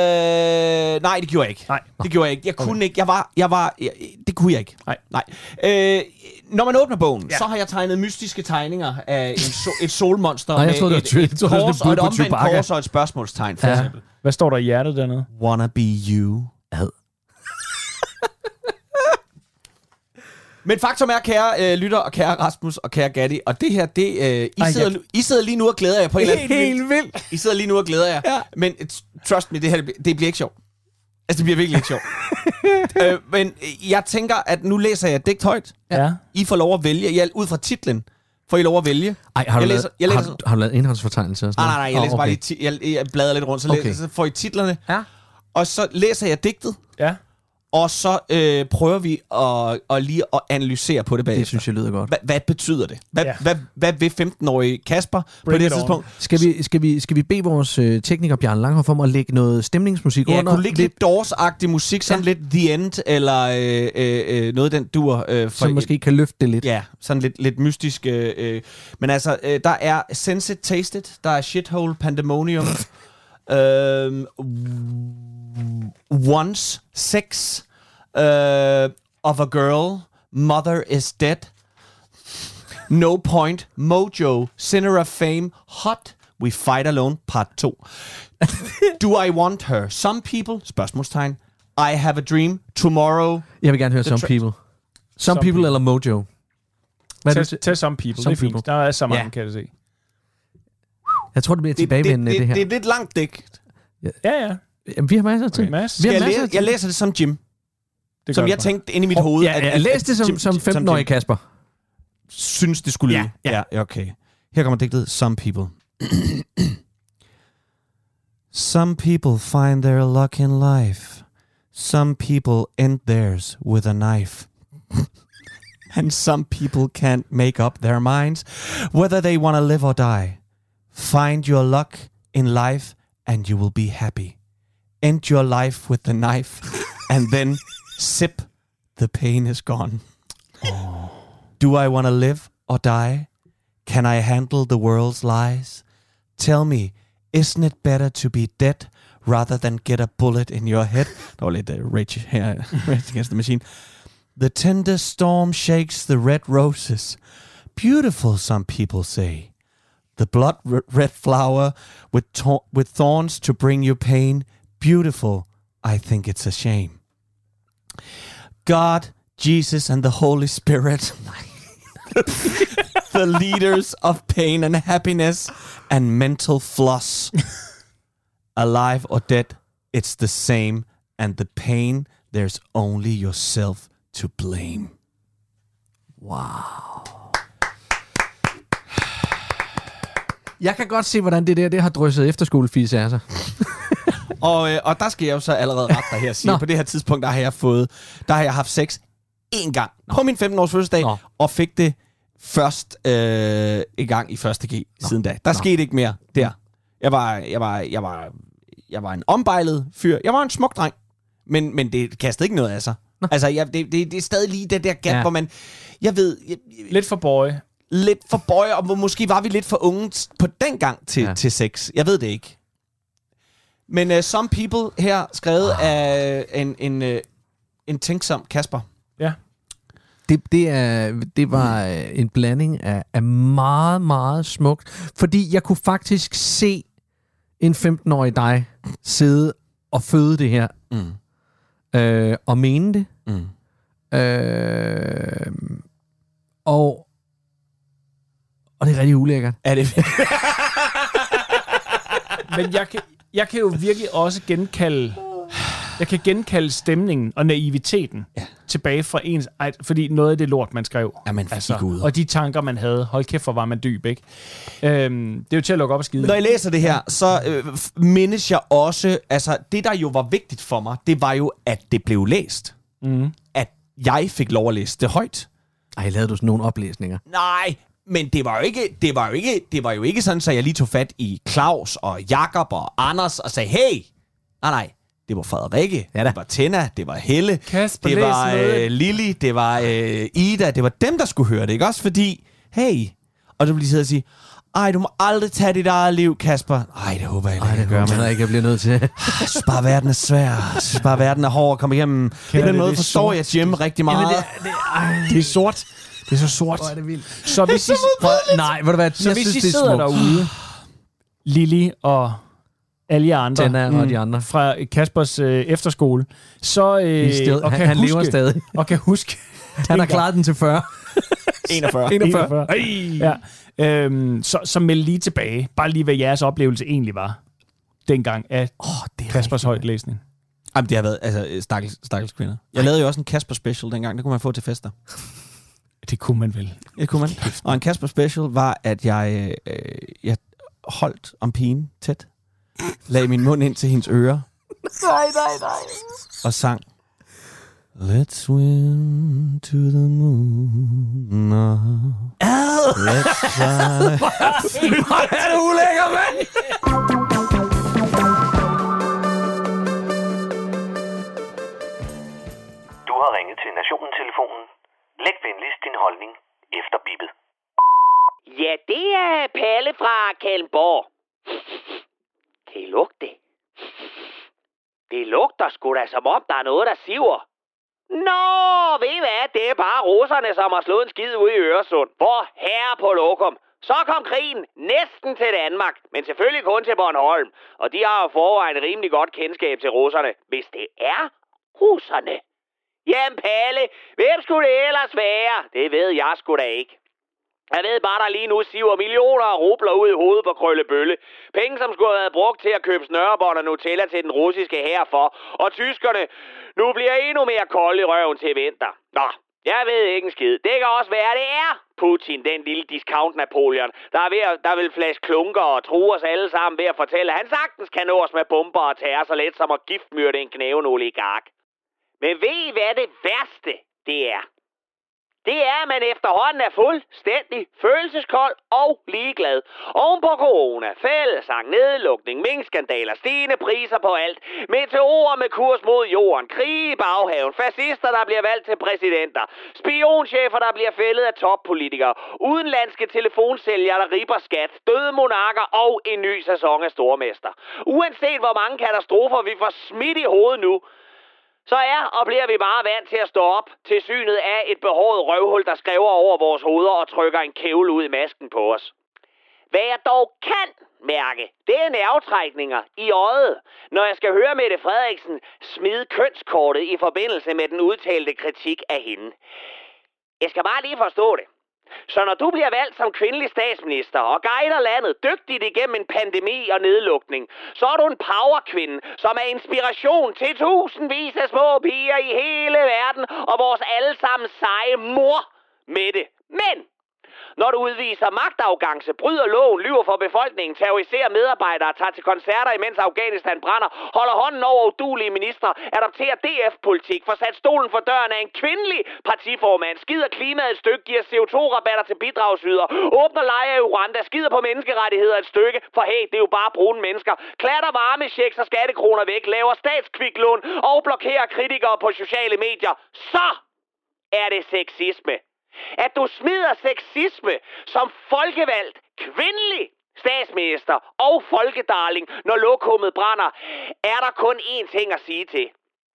nej, det gjorde jeg ikke. Nej. Det gjorde jeg ikke. Jeg kunne okay. ikke. Jeg var... Jeg var jeg, det kunne jeg ikke. Nej. Nej. Øh, når man åbner bogen, Ja. så har jeg tegnet mystiske tegninger af en so, et solmonster Nej, jeg med troede, et, det var- et, jeg troede, det var kors sådan og et et bud på omvendt Chewbacca. kors og et spørgsmålstegn, for Ja. eksempel. Hvad står der i hjertet dernede? Wanna be you. Ad. Men faktum er, kære øh, lytter og kære Rasmus og kære Gatti, og det her, det, øh, I, Ej, sidder, jeg- I sidder lige nu og glæder jer på en eller anden... Helt vildt. I sidder lige nu og glæder jer. Ja. Men t- trust me, det her, det bliver- det bliver ikke sjovt. Altså, det bliver virkelig ikke sjovt. øh, men øh, jeg tænker, at nu læser jeg digt højt. Ja. I får lov at vælge. Jeg, ud fra titlen får I lov at vælge. Ej, har du, jeg lavet, læser, jeg læser, har, har du lavet indholdsfortegnelse? Og sådan nej, nej, nej, jeg noget? læser Åh, bare okay. lige... Ti- jeg, jeg bladrer lidt rundt, så, Okay. læser, så får I titlerne. Ja. Og så læser jeg digtet. Ja. Og så øh, prøver vi at, at lige at analysere på det bagefter. Det synes jeg lyder godt. Hva, hvad betyder det? Hvad, Ja. hvad, hvad vil femten-årige Kasper på Bring det it on. tidspunkt? Skal vi, skal, vi, skal vi bede vores øh, tekniker Bjarne Langhoff om at lægge noget stemningsmusik Ja, under? kunne ligge lidt Doors-agtig musik, sådan Ja. lidt The End, eller øh, øh, øh, noget den dur. Øh, for som måske kan løfte det lidt. Ja, sådan lidt, lidt mystisk. Øh, øh. Men altså, øh, der er Sense It, Taste It, der er Shithole Pandemonium, Um, once sex uh, of a girl. Mother is dead. No point. Mojo. Sinner of fame. Hot. We fight alone. Part to. Do I want her? Some people. Spørgsmålstegn. I have a dream. Tomorrow. Jeg vil gerne høre Some tra- People. Some, Some people, people eller Mojo. Hvad er Tag, tag Some People. Some Det er fint. people. Der er så mange, Ja. kan jeg se. Jeg tror, det bliver tilbagevendende, det, det, det her. Det er et lidt langt digt. Ja, ja. Jamen, vi har masser af tid. Okay. Vi Skal har jeg, masser af læse, tid. jeg læser det som Jim. Det som gør jeg du tænkte inde i mit hoved. Ja, ja, jeg læste det som, Jim- som femten-årig Jim Kasper. synes, det skulle lyde. Ja, ja. ja, okay. Her kommer digtet Some People. Some people find their luck in life. Some people end theirs with a knife. And some people can't make up their minds whether they want to live or die. Find your luck in life and you will be happy. End your life with the knife and then sip. The pain is gone. Oh. Do I want to live or die? Can I handle the world's lies? Tell me, isn't it better to be dead rather than get a bullet in your head? Der var lidt uh, rage her. Rage Against the Machine. The tender storm shakes the red roses. Beautiful, some people say. The blood red flower with, to- with thorns to bring you pain. Beautiful, I think it's a shame. God, Jesus, and the Holy Spirit, the leaders of pain and happiness and mental floss. Alive or dead, it's the same. And the pain, there's only yourself to blame. Wow. Jeg kan godt se, hvordan det der det har drysset efterskolefis af sig. og, øh, og der skal jeg jo så allerede rette dig her sige. På det her tidspunkt, der har jeg fået, der har jeg haft sex én gang Nå. på min femten-års fødselsdag, Nå. og fik det først øh, en gang i første G Nå. siden da. Der Nå. skete ikke mere der. Jeg var, jeg var, jeg var, jeg var en ombejlet fyr. Jeg var en smuk dreng, men, men det kastede ikke noget af sig. Nå. Altså, jeg, det, det, det er stadig lige det der gap, ja. hvor man, jeg ved... Jeg, lidt for boy. Lidt for boy, og måske var vi lidt for unge på den gang til, ja. til sex. Jeg ved det ikke. Men uh, Some People her, skrevet oh. af en, en, uh, en tænksom Kasper. Ja. Det, det, er, det var mm. en blanding af, af meget, meget smukt. Fordi jeg kunne faktisk se en femten-årig dig sidde og føde det her. Mm. Øh, og mene det. Mm. Øh, og, og det er rigtig ulækkert. Er det? Men jeg kan, jeg kan jo virkelig også genkalde... Jeg kan genkalde stemningen og naiviteten ja. tilbage fra ens... Ej, fordi noget af det lort, man skrev. Ja, man altså, ud. Og de tanker, man havde. Hold kæft, hvor var man dyb, ikke? Øhm, det er jo til at lukke op og skide. Når jeg læser det her, så øh, mindes jeg også... Altså, det, der jo var vigtigt for mig, det var jo, at det blev læst. Mm. At jeg fik lov at læse det højt. Ej, lavede du sådan nogle oplæsninger? Nej, men det var jo ikke, det var jo ikke, det var jo ikke sådan, så jeg lige tog fat i Claus og Jakob og Anders og sagde, hey, nej, nej. Det var Frederikke, ja, det var Tenna, det var Helle, Kasper, det var øh, Lili, det var øh, Ida, det var dem, der skulle høre det, ikke også? Fordi, hey, og du vil lige sidde og sige, ej, du må aldrig tage dit eget liv, Kasper. Ej, det håber jeg, ej, det gør man ikke, jeg bliver nødt til. Jeg synes bare, verden er svær. Jeg synes bare, verden er hård at komme igennem. På den måde forstår jeg Jim rigtig meget. Jamen, det, det, ej, det er sort. Det er så sort. Hvor er det vildt. Så hvis I, prøv, nej, ved du hvad, så jeg hvis synes, I det er sidder smukt. derude, Lili og alle jer andre, Tenna mm, og de andre fra Kaspers øh, efterskole, så øh, sted, og han, kan han huske, lever stadig. Og kan huske. Han har klaret den til fyrre. enogfyrre. enogfyrre. Ja. Øhm, så, så meld lige tilbage. Bare lige, hvad jeres oplevelse egentlig var dengang af oh, Kaspers højtlæsning. Jamen, det har været, altså, stakkels, stakkels kvinder. Jeg lavede jo også en Kasper special dengang. Det kunne man få til fester. Det kunne man vel. Det kunne man. Og en Kasper special var, at jeg, øh, jeg holdt om pigen tæt. Lagde min mund ind til hendes ører. Nej, nej, nej. Og sang. Let's swim to the moon now. Let's fly. Hvor er det ulækker, mand! Du har ringet til Nationen-telefonen. Læg venligst din holdning efter bippet. Ja, det er Palle fra Kalmborg. Kan I lugte det? Det lugter sgu da, som om der er noget, der siver. Nå, ved I hvad? Det er bare russerne, som har slået en skid ud i Øresund. For herre på lokum. Så kom krigen næsten til Danmark, men selvfølgelig kun til Bornholm. Og de har jo forvejen rimelig godt kendskab til russerne, hvis det er russerne. Jamen Palle, hvem skulle det ellers være? Det ved jeg sgu da ikke. Jeg ved bare, der lige nu siver millioner af rubler ud i hovedet på Krøllebølle. Penge, som skulle have været brugt til at købe snørebånd og Nutella til den russiske hær for. Og tyskerne nu bliver endnu mere kolde i røven til vinter. Nå, jeg ved ikke en skid. Det kan også være, det er Putin, den lille discount-Napoleon, der, er ved at, der vil flaske klunker og true os alle sammen ved at fortælle, at han sagtens kan nå os med bomber og terror så let som at giftmyrde en knæven oligark. Men ved I, hvad det værste det er? Det er, at man efterhånden er fuldstændig følelseskold og ligeglad. Oven på corona, fællesang, nedlukning, minkskandaler, stigende priser på alt, meteorer med kurs mod jorden, krig i baghaven, fascister, der bliver valgt til præsidenter, spionchefer, der bliver fældet af toppolitikere, udenlandske telefonsælgere, der ripper skat, døde monarker og en ny sæson af stormester. Uanset hvor mange katastrofer vi får smidt i hovedet nu, så er og bliver vi bare vant til at stå op til synet af et behåret røvhul, der skriver over vores hoveder og trykker en kævle ud i masken på os. Hvad jeg dog kan mærke, det er nervetrækninger i øjet, når jeg skal høre Mette Frederiksen smide kønskortet i forbindelse med den udtalte kritik af hende. Jeg skal bare lige forstå det. Så når du bliver valgt som kvindelig statsminister og guider landet dygtigt igennem en pandemi og nedlukning, så er du en powerkvinde, som er inspiration til tusindvis af små piger i hele verden og vores allesammens seje mor med det. Men når du udviser magtarrogance, bryder loven, lyver for befolkningen, terroriserer medarbejdere, tager til koncerter, imens Afghanistan brænder, holder hånden over uduelige ministre, adopterer D F-politik, får sat stolen for døren af en kvindelig partiformand, skider klimaet et stykke, giver C O to rabatter til bidragsyder, åbner lejre i Rwanda, skider på menneskerettigheder et stykke, for hey, det er jo bare brune mennesker, klatter varmechecks og skattekroner væk, laver statskviklån og blokerer kritikere på sociale medier, så er det sexisme. At du smider sexisme som folkevalgt, kvindelig statsminister og folkedarling, når lokummet brænder, er der kun én ting at sige til.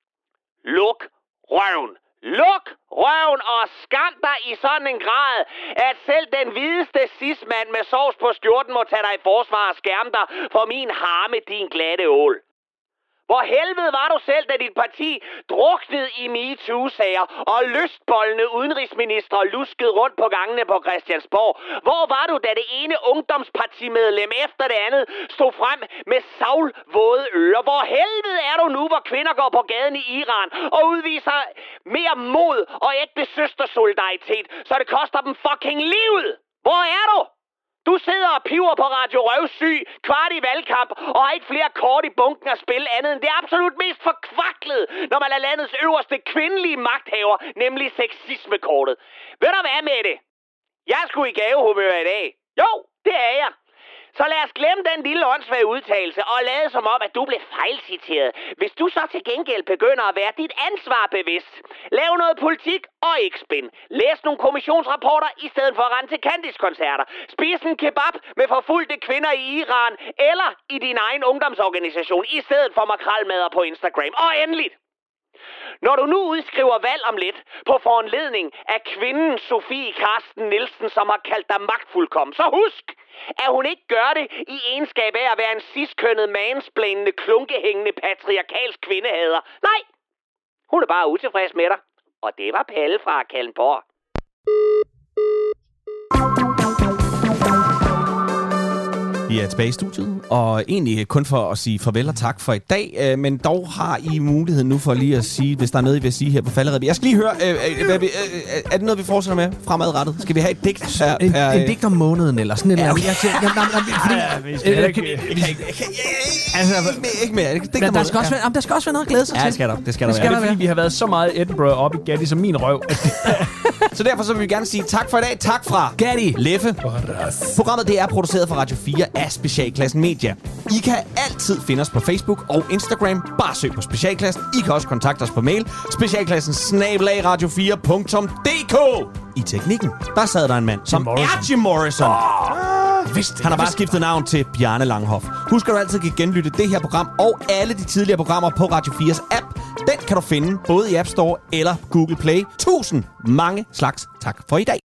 Luk røven. Luk røven og skam dig i sådan en grad, at selv den hvideste cis-mand med sovs på skjorten må tage dig i forsvar og skærme dig for min harme, din glatte ål. Hvor helvede var du selv, da dit parti druknede i MeToo-sager og lystboldende udenrigsministre luskede rundt på gangene på Christiansborg? Hvor var du, da det ene ungdomspartimedlem efter det andet stod frem med savlvåde ører? Hvor helvede er du nu, hvor kvinder går på gaden i Iran og udviser mere mod og ægte søstersolidaritet, så det koster dem fucking livet? Hvor er du? Du sidder og piver på Radio Røvsyg, kvart i valgkamp, og har ikke flere kort i bunken at spille andet end det absolut mest forkvaklede, når man lader landets øverste kvindelige magthaver, nemlig sexismekortet. Ved du hvad med det? Jeg er sgu i gavehumør i dag. Jo, det er jeg. Så lad os glemme den lille åndssvage udtalelse og lade som om, at du blev fejlciteret. Hvis du så til gengæld begynder at være dit ansvar bevidst, lav noget politik og ikke spin. Læs nogle kommissionsrapporter i stedet for at rende til Candice-koncerter. Spis en kebab med forfulgte kvinder i Iran eller i din egen ungdomsorganisation i stedet for makrelmadder på Instagram. Og endeligt! Når du nu udskriver valg om lidt på foranledning af kvinden Sofie Karsten Nielsen, som har kaldt dig magtfuldkommen, så husk, at hun ikke gør det i egenskab af at være en cis-kønnet, mansplainende, klunkehængende, patriarkalsk kvindehader. Nej, hun er bare utilfreds med dig. Og det var Palle fra Kallenborg. Vi er tilbage i studiet, og egentlig kun for at sige farvel og tak for i dag, men dog har I muligheden nu for lige at sige, hvis der er noget, I vil sige her på falderebet. Jeg skal lige høre, øh, hvad vi, øh, er det noget, vi fortsætter med fremadrettet? Skal vi have et digt? Per, en, per, en digt om måneden, eller sådan et eller andet. Ikke mere. Der skal også være, der skal også være noget at glæde sig til. Ja, det skal der. Det skal der det skal være. Det er, fordi vi har været så meget Edinburgh op i Gatti som min røv. Så derfor så vil vi gerne sige tak for i dag. Tak fra Gatti. Leffe. Programmet det er produceret for Radio fire af Specialklassen Media. I kan altid finde os på Facebook og Instagram. Bare søg på Specialklassen. I kan også kontakte os på mail. Specialklassen snabel-a radio fire punktum d k. I teknikken, der sad der en mand, som er Jim Morrison. Oh, vidste, Han har bare skiftet navn til Bjarne Langhoff. Husk, at du altid kan genlytte det her program og alle de tidligere programmer på Radio fires app. Den kan du finde både i App Store eller Google Play. Tusind mange slags tak for i dag.